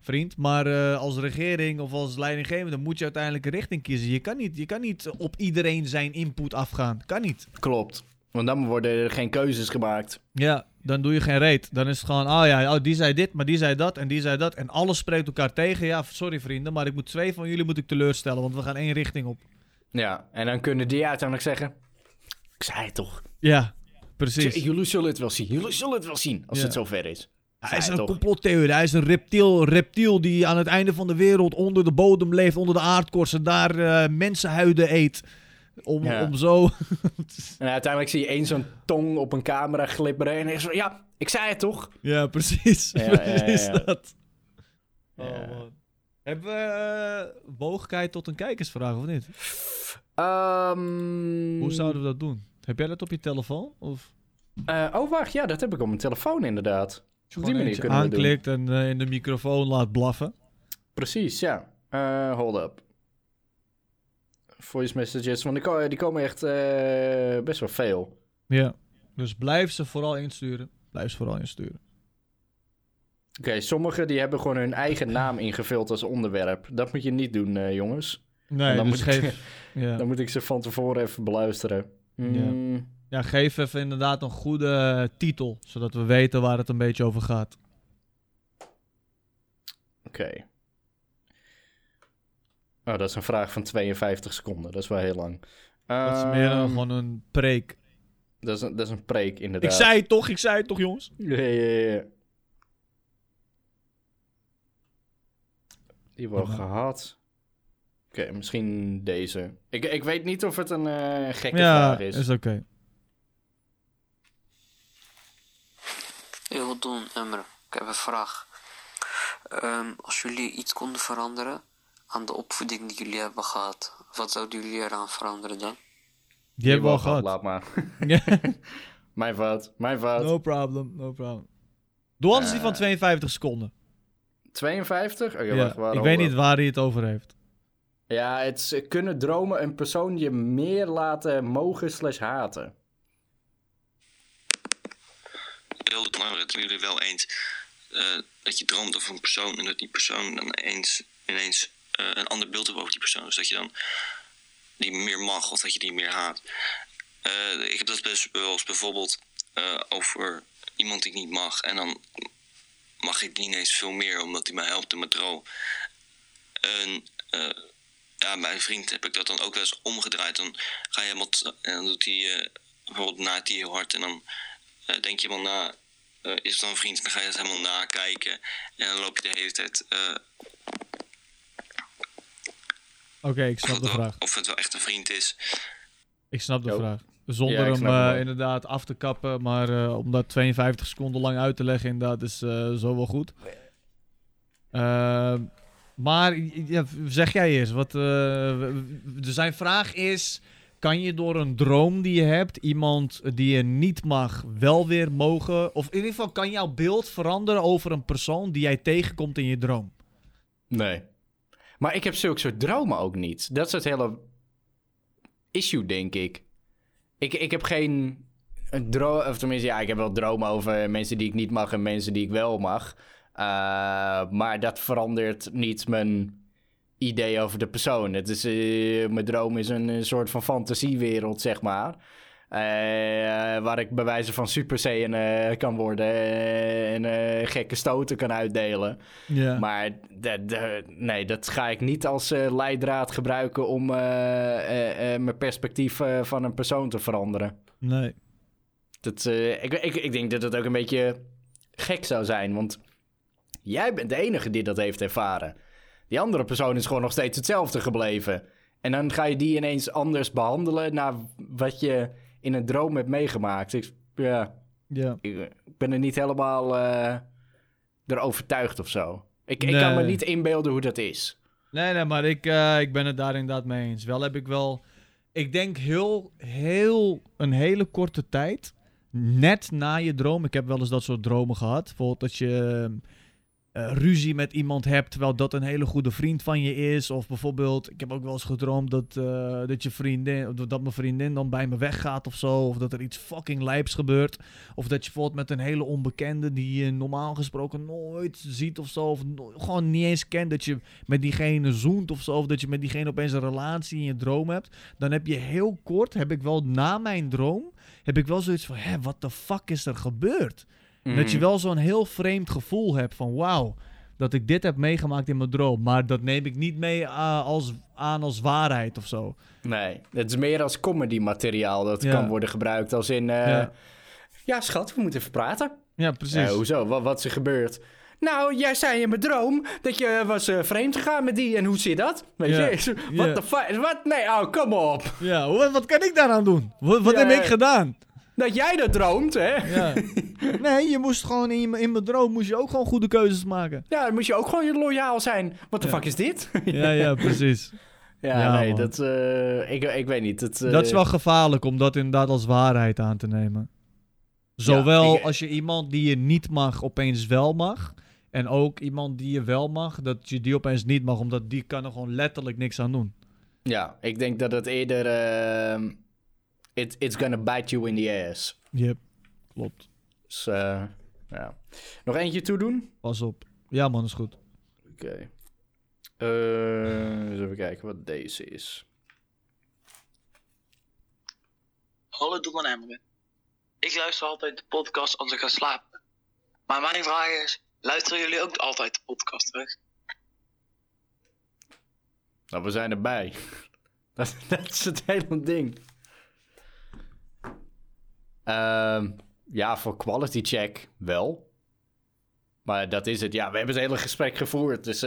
B: vriend. Maar als regering of als leidinggevende moet je uiteindelijk een richting kiezen. Je kan niet op iedereen zijn input afgaan. Kan niet.
A: Klopt. Want dan worden er geen keuzes gemaakt.
B: Ja, dan doe je geen reet. Dan is het gewoon, die zei dit, maar die zei dat en die zei dat. En alles spreekt elkaar tegen. Ja, sorry vrienden, maar 2 van jullie moet ik teleurstellen, want we gaan 1 richting op.
A: Ja, en dan kunnen die uiteindelijk zeggen... Ik zei het toch.
B: Ja, precies.
A: Jullie zullen het wel zien. Als het zover is.
B: Hij is een complottheorie. Hij is een reptiel die aan het einde van de wereld onder de bodem leeft, onder de aardkorst en daar mensenhuiden eet. Om zo...
A: En uiteindelijk zie je 1 zo'n tong op een camera glibberen en hij zo, ja, ik zei het toch?
B: Ja, precies. Precies dat.
A: Ja.
B: Oh, man. Hebben we mogelijkheid tot een kijkersvraag of niet? Hoe zouden we dat doen? Heb jij dat op je telefoon? Of?
A: Wacht, ja, dat heb ik op mijn telefoon inderdaad.
B: Op die manier kunnen we aanklikt doen. En in de microfoon laat blaffen.
A: Precies, ja. Hold up. Voice messages, want die komen echt best wel veel.
B: Ja, dus blijf ze vooral insturen.
A: Oké, sommigen die hebben gewoon hun eigen naam ingevuld als onderwerp. Dat moet je niet doen, jongens.
B: Nee,
A: dan,
B: dus
A: dan moet ik ze van tevoren even beluisteren.
B: Ja, geef even inderdaad een goede titel, zodat we weten waar het een beetje over gaat.
A: Oké. Oh, dat is een vraag van 52 seconden. Dat is wel heel lang.
B: Dat is meer dan gewoon een preek.
A: Dat is een preek, inderdaad.
B: Ik zei het toch, jongens?
A: Ja. Die hebben we al gehad. Oké, misschien deze. Ik weet niet of het een gekke vraag is.
B: Ja, is oké.
C: Heel doen, Emre. Ik heb een vraag. Als jullie iets konden veranderen aan de opvoeding die jullie hebben gehad, wat zouden jullie eraan veranderen dan?
B: Die hebben we al gehad.
A: Laat maar. Mijn fout.
B: No problem. Doe anders die van 52 seconden.
A: 52? Okay,
B: ja,
A: wacht,
B: ik weet niet waar hij het over heeft.
A: Ja, het kunnen dromen een persoon je meer laten mogen/haten.
D: Heel belangrijk, zijn jullie wel eens dat je droomt over een persoon en dat die persoon dan ineens een ander beeld hebt over die persoon. Dus dat je dan die meer mag of dat je die meer haat. Ik heb dat best wel eens bijvoorbeeld over iemand die ik niet mag. En dan mag ik die ineens veel meer omdat hij mij helpt in mijn droom. En bij een vriend heb ik dat dan ook wel eens omgedraaid. Dan ga je helemaal en dan doet hij bijvoorbeeld naait hij heel hard en dan denk je helemaal na, is het dan een vriend? Dan ga je het helemaal nakijken en dan loop je de hele tijd...
B: Oké, ik snap de vraag.
D: Of het wel echt een vriend is.
B: Ik snap de vraag. Zonder hem inderdaad af te kappen, maar om dat 52 seconden lang uit te leggen, inderdaad is zo wel goed. Maar ja, zeg jij eerst, zijn vraag is, kan je door een droom die je hebt, iemand die je niet mag, wel weer mogen? Of in ieder geval, kan jouw beeld veranderen over een persoon die jij tegenkomt in je droom?
A: Nee. Maar ik heb zulke soort dromen ook niet. Dat is het hele issue, denk ik. Ik heb geen droom... Of tenminste, ja, ik heb wel dromen over mensen die ik niet mag en mensen die ik wel mag. Maar dat verandert niet mijn idee over de persoon. Het is, mijn droom is een soort van fantasiewereld, zeg maar. Waar ik bij wijze van Super Saiyan kan worden en gekke stoten kan uitdelen.
B: Yeah.
A: Maar nee, dat ga ik niet als leidraad gebruiken om mijn perspectief van een persoon te veranderen.
B: Nee.
A: Ik denk dat het ook een beetje gek zou zijn, want jij bent de enige die dat heeft ervaren. Die andere persoon is gewoon nog steeds hetzelfde gebleven. En dan ga je die ineens anders behandelen naar wat je in een droom hebt meegemaakt. Ik ben er niet helemaal er overtuigd of zo. Ik kan me niet inbeelden hoe dat is.
B: Nee, maar ik ben het daar inderdaad mee eens. Wel heb ik wel... Ik denk een hele korte tijd, net na je droom... Ik heb wel eens dat soort dromen gehad. Bijvoorbeeld dat je ruzie met iemand hebt, terwijl dat een hele goede vriend van je is. Of bijvoorbeeld, ik heb ook wel eens gedroomd dat mijn vriendin dan bij me weggaat of zo. Of dat er iets fucking lijps gebeurt. Of dat je bijvoorbeeld met een hele onbekende die je normaal gesproken nooit ziet of zo. Of gewoon niet eens kent, dat je met diegene zoent of zo. Of dat je met diegene opeens een relatie in je droom hebt. Dan heb je heel kort, heb ik wel na mijn droom, heb ik wel zoiets van, wat de fuck is er gebeurd? Dat je wel zo'n heel vreemd gevoel hebt van wauw, dat ik dit heb meegemaakt in mijn droom. Maar dat neem ik niet mee als waarheid of zo.
A: Nee, het is meer als comedy materiaal dat kan worden gebruikt. Als in, ja schat, we moeten even praten.
B: Ja, precies.
A: Hoezo? Wat is er gebeurd? Nou, jij zei in mijn droom dat je was vreemd gegaan met die. En hoe zit dat? Weet je? What the fuck? Wat? Nee, kom op.
B: Ja, wat kan ik daaraan doen? Wat heb ik gedaan?
A: Dat jij dat droomt, hè? Ja.
B: Nee, je moest gewoon in mijn droom moest je ook gewoon goede keuzes maken.
A: Ja, dan moest je ook gewoon loyaal zijn. Wat de fuck is dit?
B: Ja, precies.
A: Ja, nee, dat... ik weet niet.
B: Dat is wel gevaarlijk om dat inderdaad als waarheid aan te nemen. Zowel als je iemand die je niet mag opeens wel mag. En ook iemand die je wel mag, dat je die opeens niet mag. Omdat die kan er gewoon letterlijk niks aan doen.
A: Ja, ik denk dat het eerder... It's gonna bite you in the ass.
B: Yep, klopt.
A: Dus, ja. Nog eentje toedoen?
B: Pas op. Ja man, is goed.
A: Oké. Eens even kijken wat deze is.
E: Hallo, doe maar Emre. Ik luister altijd de podcast als ik ga slapen. Maar mijn vraag is, luisteren jullie ook altijd de podcast terug?
A: Nou, we zijn erbij. dat is het hele ding. Ja, voor quality check wel. Maar dat is het. Ja, we hebben het hele gesprek gevoerd. Dus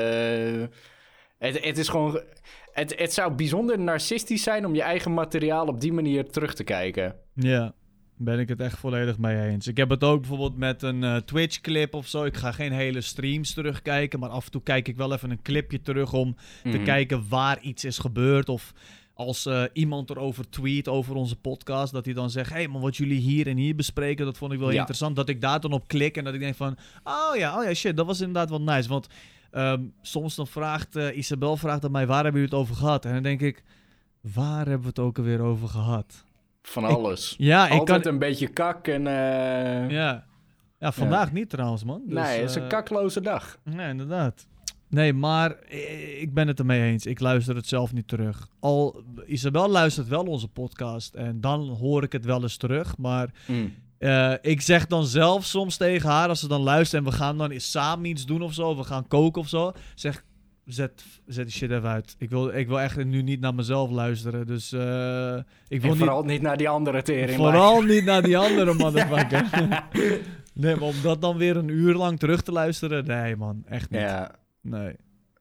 A: het is gewoon... Het zou bijzonder narcistisch zijn om je eigen materiaal op die manier terug te kijken.
B: Ja, ben ik het echt volledig mee eens. Ik heb het ook bijvoorbeeld met een Twitch-clip of zo. Ik ga geen hele streams terugkijken, maar af en toe kijk ik wel even een clipje terug om te kijken waar iets is gebeurd. Of als iemand erover tweet over onze podcast, dat hij dan zegt, hey, maar wat jullie hier en hier bespreken, dat vond ik wel interessant. Dat ik daar dan op klik en dat ik denk van, oh ja, shit, dat was inderdaad wel nice. Want soms dan vraagt Isabel aan mij, waar hebben jullie het over gehad? En dan denk ik, waar hebben we het ook alweer over gehad?
A: Van alles.
B: Altijd
A: een beetje kak en...
B: Ja, vandaag niet trouwens, man. Dus,
A: nee, het is een kakloze dag.
B: Nee, inderdaad. Nee, maar ik ben het ermee eens. Ik luister het zelf niet terug. Isabel luistert wel onze podcast en dan hoor ik het wel eens terug. Maar ik zeg dan zelf soms tegen haar, als ze dan luistert en we gaan dan samen iets doen of zo, we gaan koken of zo, zeg, zet die shit even uit. Ik wil echt nu niet naar mezelf luisteren. Dus ik wil
A: vooral niet naar die andere tering.
B: Vooral niet naar die andere motherfucker. Nee, maar om dat dan weer een uur lang terug te luisteren, nee man, echt niet.
A: Ja.
B: Nee.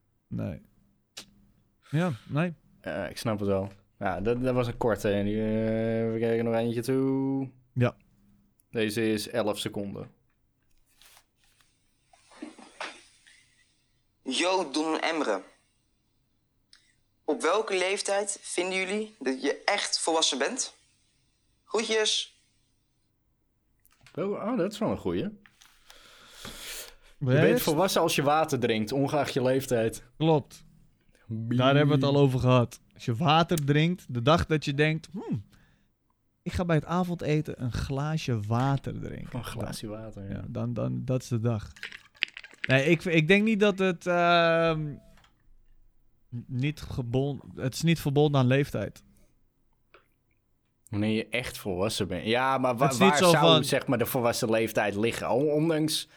B: Ja, nee.
A: Ik snap het wel. Ja, dat was een korte. En we kijken nog eentje toe.
B: Ja.
A: Deze is 11 seconden.
F: Yo, Don en Emre. Op welke leeftijd vinden jullie dat je echt volwassen bent? Groetjes.
A: Oh, dat is wel een goeie. Je bent volwassen als je water drinkt, ongeacht je leeftijd.
B: Klopt. Daar hebben we het al over gehad. Als je water drinkt, de dag dat je denkt, ik ga bij het avondeten een glaasje water drinken.
A: Een glaasje water, ja.
B: Dan dat is de dag. Nee, ik denk niet dat het het is niet verbonden aan leeftijd.
A: Wanneer je echt volwassen bent. Ja, maar waar zou zeg maar de volwassen leeftijd liggen? Ondanks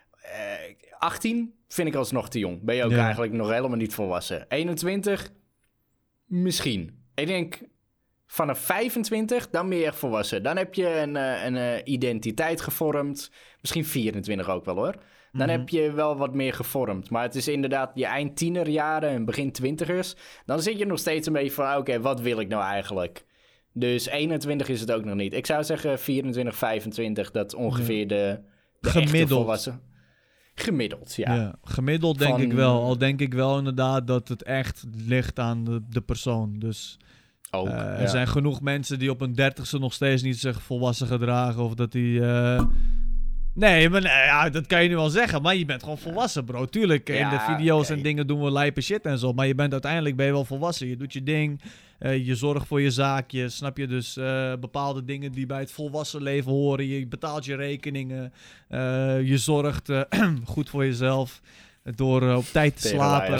A: 18 vind ik alsnog te jong. Ben je ook eigenlijk nog helemaal niet volwassen. 21? Misschien. Ik denk vanaf 25, dan ben je echt volwassen. Dan heb je een identiteit gevormd. Misschien 24 ook wel hoor. Dan heb je wel wat meer gevormd. Maar het is inderdaad je eind tienerjaren en begin twintigers. Dan zit je nog steeds een beetje van, oké, wat wil ik nou eigenlijk? Dus 21 is het ook nog niet. Ik zou zeggen 24, 25, dat ongeveer de echte volwassen. Gemiddeld, ja.
B: Gemiddeld denk ik wel. Al denk ik wel inderdaad dat het echt ligt aan de persoon. Dus
A: ook,
B: er zijn genoeg mensen die op hun 30ste nog steeds niet zich volwassen gedragen. Of dat die Nee, maar dat kan je nu wel zeggen. Maar je bent gewoon volwassen, bro. Tuurlijk, in de video's en dingen doen we lijpe shit en zo. Maar uiteindelijk ben je wel volwassen. Je doet je ding. Je zorgt voor je zaakje. Snap je? Dus bepaalde dingen die bij het volwassen leven horen. Je betaalt je rekeningen. Je zorgt goed voor jezelf. Door op tijd te slapen.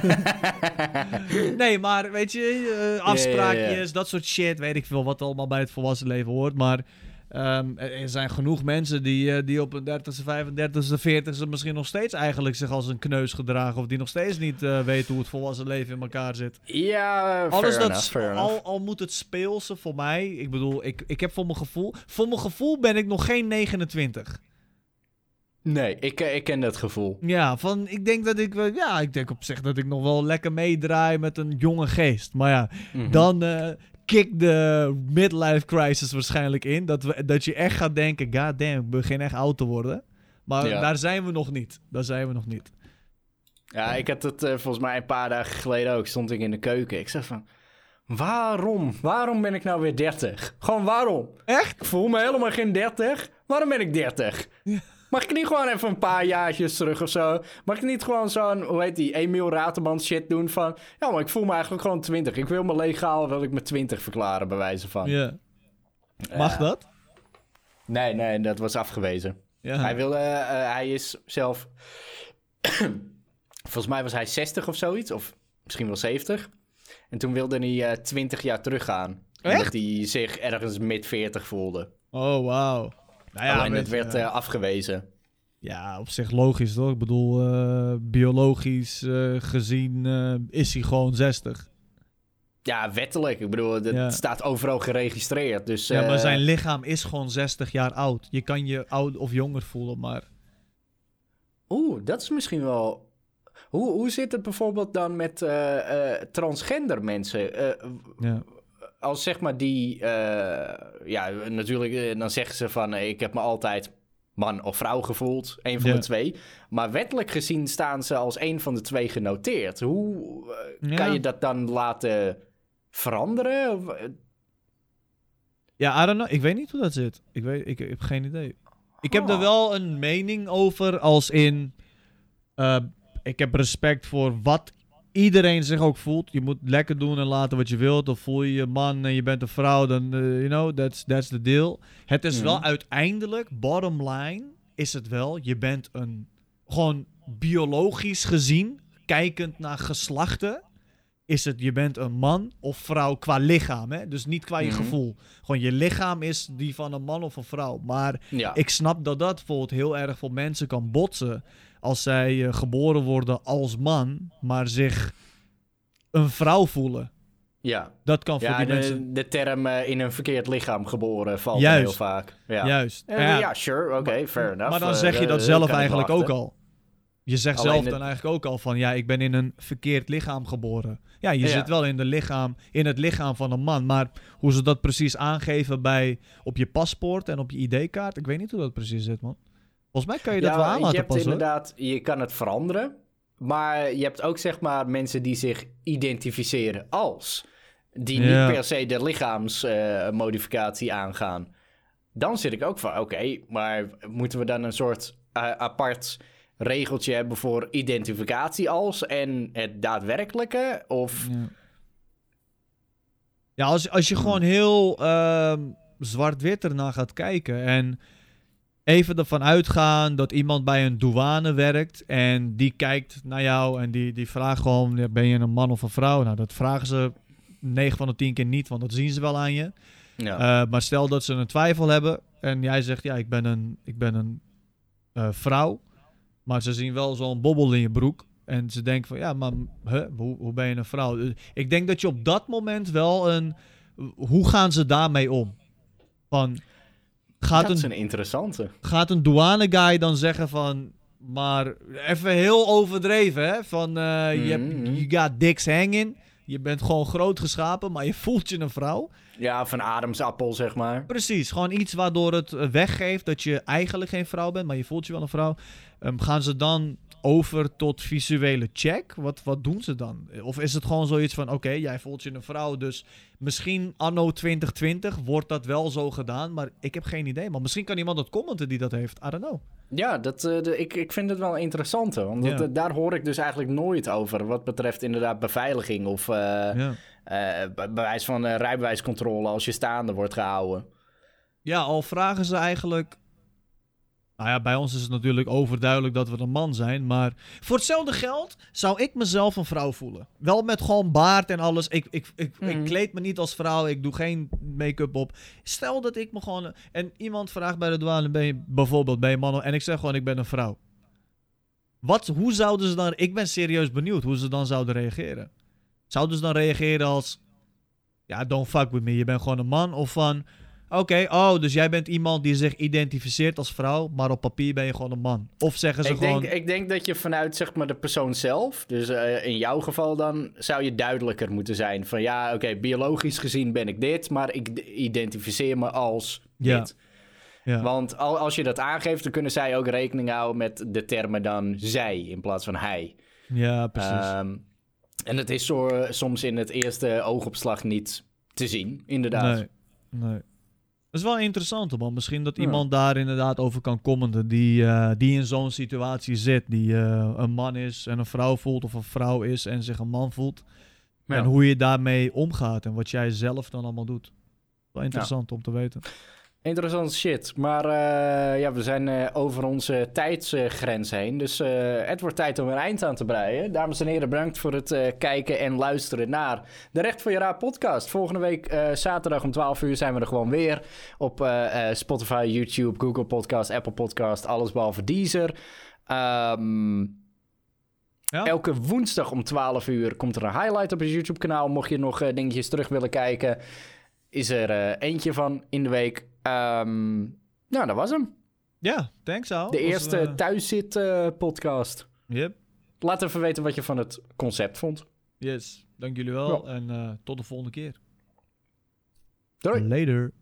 B: Nee, maar weet je, afspraakjes, dat soort shit. Weet ik veel wat allemaal bij het volwassen leven hoort. Maar er zijn genoeg mensen die op een 30ste, 35ste, 40ste misschien nog steeds eigenlijk zich als een kneus gedragen. Of die nog steeds niet weten hoe het volwassen leven in elkaar zit.
A: Ja, fair enough.
B: Al moet het speelse voor mij. Ik bedoel, ik heb voor mijn gevoel ben ik nog geen 29.
A: Nee, ik ken dat gevoel.
B: Ja, ik denk op zich dat ik nog wel lekker meedraai met een jonge geest. Maar ja, dan kick de midlife crisis waarschijnlijk in. Dat je echt gaat denken, god damn, ik begin echt oud te worden. Maar daar zijn we nog niet.
A: Ja, ik had het volgens mij een paar dagen geleden ook. Stond ik in de keuken. Ik zei van, waarom ben ik nou weer 30? Gewoon waarom?
B: Echt?
A: Ik voel me helemaal geen 30. Waarom ben ik 30? Ja. Mag ik niet gewoon even een paar jaartjes terug of zo? Mag ik niet gewoon zo'n, hoe heet die, Emiel Rateman shit doen van... Ja, maar ik voel me eigenlijk gewoon 20. Ik wil me wil ik me 20 verklaren, bij wijze van.
B: Ja. Mag dat?
A: Nee, dat was afgewezen. Ja. Hij is zelf... Volgens mij was hij 60 of zoiets, of misschien wel 70. En toen wilde hij 20 jaar teruggaan.
B: Echt?
A: Omdat hij zich ergens mid-40 voelde.
B: Oh, wauw.
A: Nou ja, en het werd afgewezen.
B: Ja, op zich logisch toch? Ik bedoel, biologisch gezien is hij gewoon 60.
A: Ja, wettelijk. Ik bedoel, het staat overal geregistreerd. Dus,
B: ja, maar zijn lichaam is gewoon 60 jaar oud. Je kan je oud of jonger voelen, maar...
A: Dat is misschien wel... Hoe zit het bijvoorbeeld dan met transgender mensen? Als zeg maar die... natuurlijk, dan zeggen ze van... ik heb me altijd man of vrouw gevoeld. Een van de twee. Maar wettelijk gezien staan ze als een van de twee genoteerd. Hoe kan je dat dan laten veranderen?
B: Ja, I don't know. Ik weet niet hoe dat zit. Ik heb geen idee. Ik heb er wel een mening over als in... ik heb respect voor wat iedereen zich ook voelt. Je moet lekker doen en laten wat je wilt. Of voel je je man en je bent een vrouw, dan, that's the deal. Het is wel uiteindelijk, bottom line, is het wel, je bent gewoon biologisch gezien, kijkend naar geslachten, is het, je bent een man of vrouw qua lichaam, hè? Dus niet qua je gevoel. Gewoon je lichaam is die van een man of een vrouw. Maar ik snap dat bijvoorbeeld heel erg voor mensen kan botsen als zij geboren worden als man, maar zich een vrouw voelen. Ja. Dat kan voor die mensen...
A: De term in een verkeerd lichaam geboren valt heel vaak. Ja.
B: Juist.
A: Ja, sure, oké, fair enough.
B: Maar dan zeg je dat zelf eigenlijk ook al. Je zegt zelf dan eigenlijk ook al van... Ja, ik ben in een verkeerd lichaam geboren. Ja, je zit wel in het lichaam van een man. Maar hoe ze dat precies aangeven op je paspoort en op je ID-kaart... Ik weet niet hoe dat precies zit, man. Volgens mij kan je dat wel aan laten passen.
A: Inderdaad, je kan het veranderen. Maar je hebt ook zeg maar mensen die zich identificeren als... Die niet per se de lichaamsmodificatie aangaan. Dan zit ik ook van, oké, maar moeten we dan een soort apart regeltje hebben voor identificatie als en het daadwerkelijke? Of...
B: Ja, als je gewoon heel zwart-wit ernaar gaat kijken en even ervan uitgaan dat iemand bij een douane werkt en die kijkt naar jou en die vraagt gewoon, ben je een man of een vrouw? Nou, dat vragen ze 9 van de 10 keer niet, want dat zien ze wel aan je. Ja. Maar stel dat ze een twijfel hebben en jij zegt, ja, ik ben een vrouw, maar ze zien wel zo'n bobbel in je broek en ze denken van, ja, maar hoe ben je een vrouw? Ik denk dat je op dat moment wel hoe gaan ze daarmee om?
A: Dat is een interessante.
B: Gaat een douane guy dan zeggen van, maar even heel overdreven, hè? Van, you got dicks hanging. Je bent gewoon groot geschapen, maar je voelt je een vrouw.
A: Ja, van Adamsappel, zeg maar.
B: Precies, gewoon iets waardoor het weggeeft dat je eigenlijk geen vrouw bent, maar je voelt je wel een vrouw. Gaan ze dan over tot visuele check? Wat doen ze dan? Of is het gewoon zoiets van, oké, jij voelt je een vrouw, dus misschien anno 2020 wordt dat wel zo gedaan, maar ik heb geen idee. Maar misschien kan iemand dat commenten die dat heeft, I don't know. Ja,
A: ik vind het wel interessant, want daar hoor ik dus eigenlijk nooit over, wat betreft inderdaad beveiliging of bewijs van rijbewijscontrole als je staande wordt gehouden.
B: Ja, al vragen ze eigenlijk... Nou ja, bij ons is het natuurlijk overduidelijk dat we een man zijn, maar voor hetzelfde geld zou ik mezelf een vrouw voelen. Wel met gewoon baard en alles. Ik kleed me niet als vrouw, ik doe geen make-up op. Stel dat ik me gewoon... En iemand vraagt bij de douane, ben je man? En ik zeg gewoon, ik ben een vrouw. Hoe zouden ze dan... Ik ben serieus benieuwd hoe ze dan zouden reageren. Zouden ze dan reageren als... Ja, don't fuck with me, je bent gewoon een man. Of van... Oké, dus jij bent iemand die zich identificeert als vrouw, maar op papier ben je gewoon een man. Of zeggen ze gewoon...
A: Ik denk dat je vanuit, zeg maar, de persoon zelf, dus in jouw geval dan, zou je duidelijker moeten zijn. Van ja, oké, biologisch gezien ben ik dit, maar ik identificeer me als dit. Ja. Want als je dat aangeeft, dan kunnen zij ook rekening houden met de termen dan zij in plaats van hij.
B: Ja, precies.
A: En het is soms in het eerste oogopslag niet te zien, inderdaad.
B: Nee. Dat is wel interessant, man. Misschien dat iemand daar inderdaad over kan commenten die in zo'n situatie zit. Die een man is en een vrouw voelt, of een vrouw is en zich een man voelt. Ja. En hoe je daarmee omgaat en wat jij zelf dan allemaal doet. Wel interessant om te weten.
A: Interessant shit. Maar we zijn over onze tijdsgrens heen. Dus het wordt tijd om een eind aan te breien. Dames en heren, bedankt voor het kijken en luisteren naar de Recht voor je Raad podcast. Volgende week zaterdag om 12 uur zijn we er gewoon weer. Op Spotify, YouTube, Google Podcast, Apple Podcast, alles behalve Deezer. Elke woensdag om 12 uur komt er een highlight op het YouTube kanaal. Mocht je nog dingetjes terug willen kijken, is er eentje van in de week. Dat was hem.
B: Ja, thanks Al.
A: De eerste thuiszit podcast.
B: Yep.
A: Laat even weten wat je van het concept vond.
B: Yes, dank jullie wel. Ja. En tot de volgende keer.
A: Doei.
B: Later.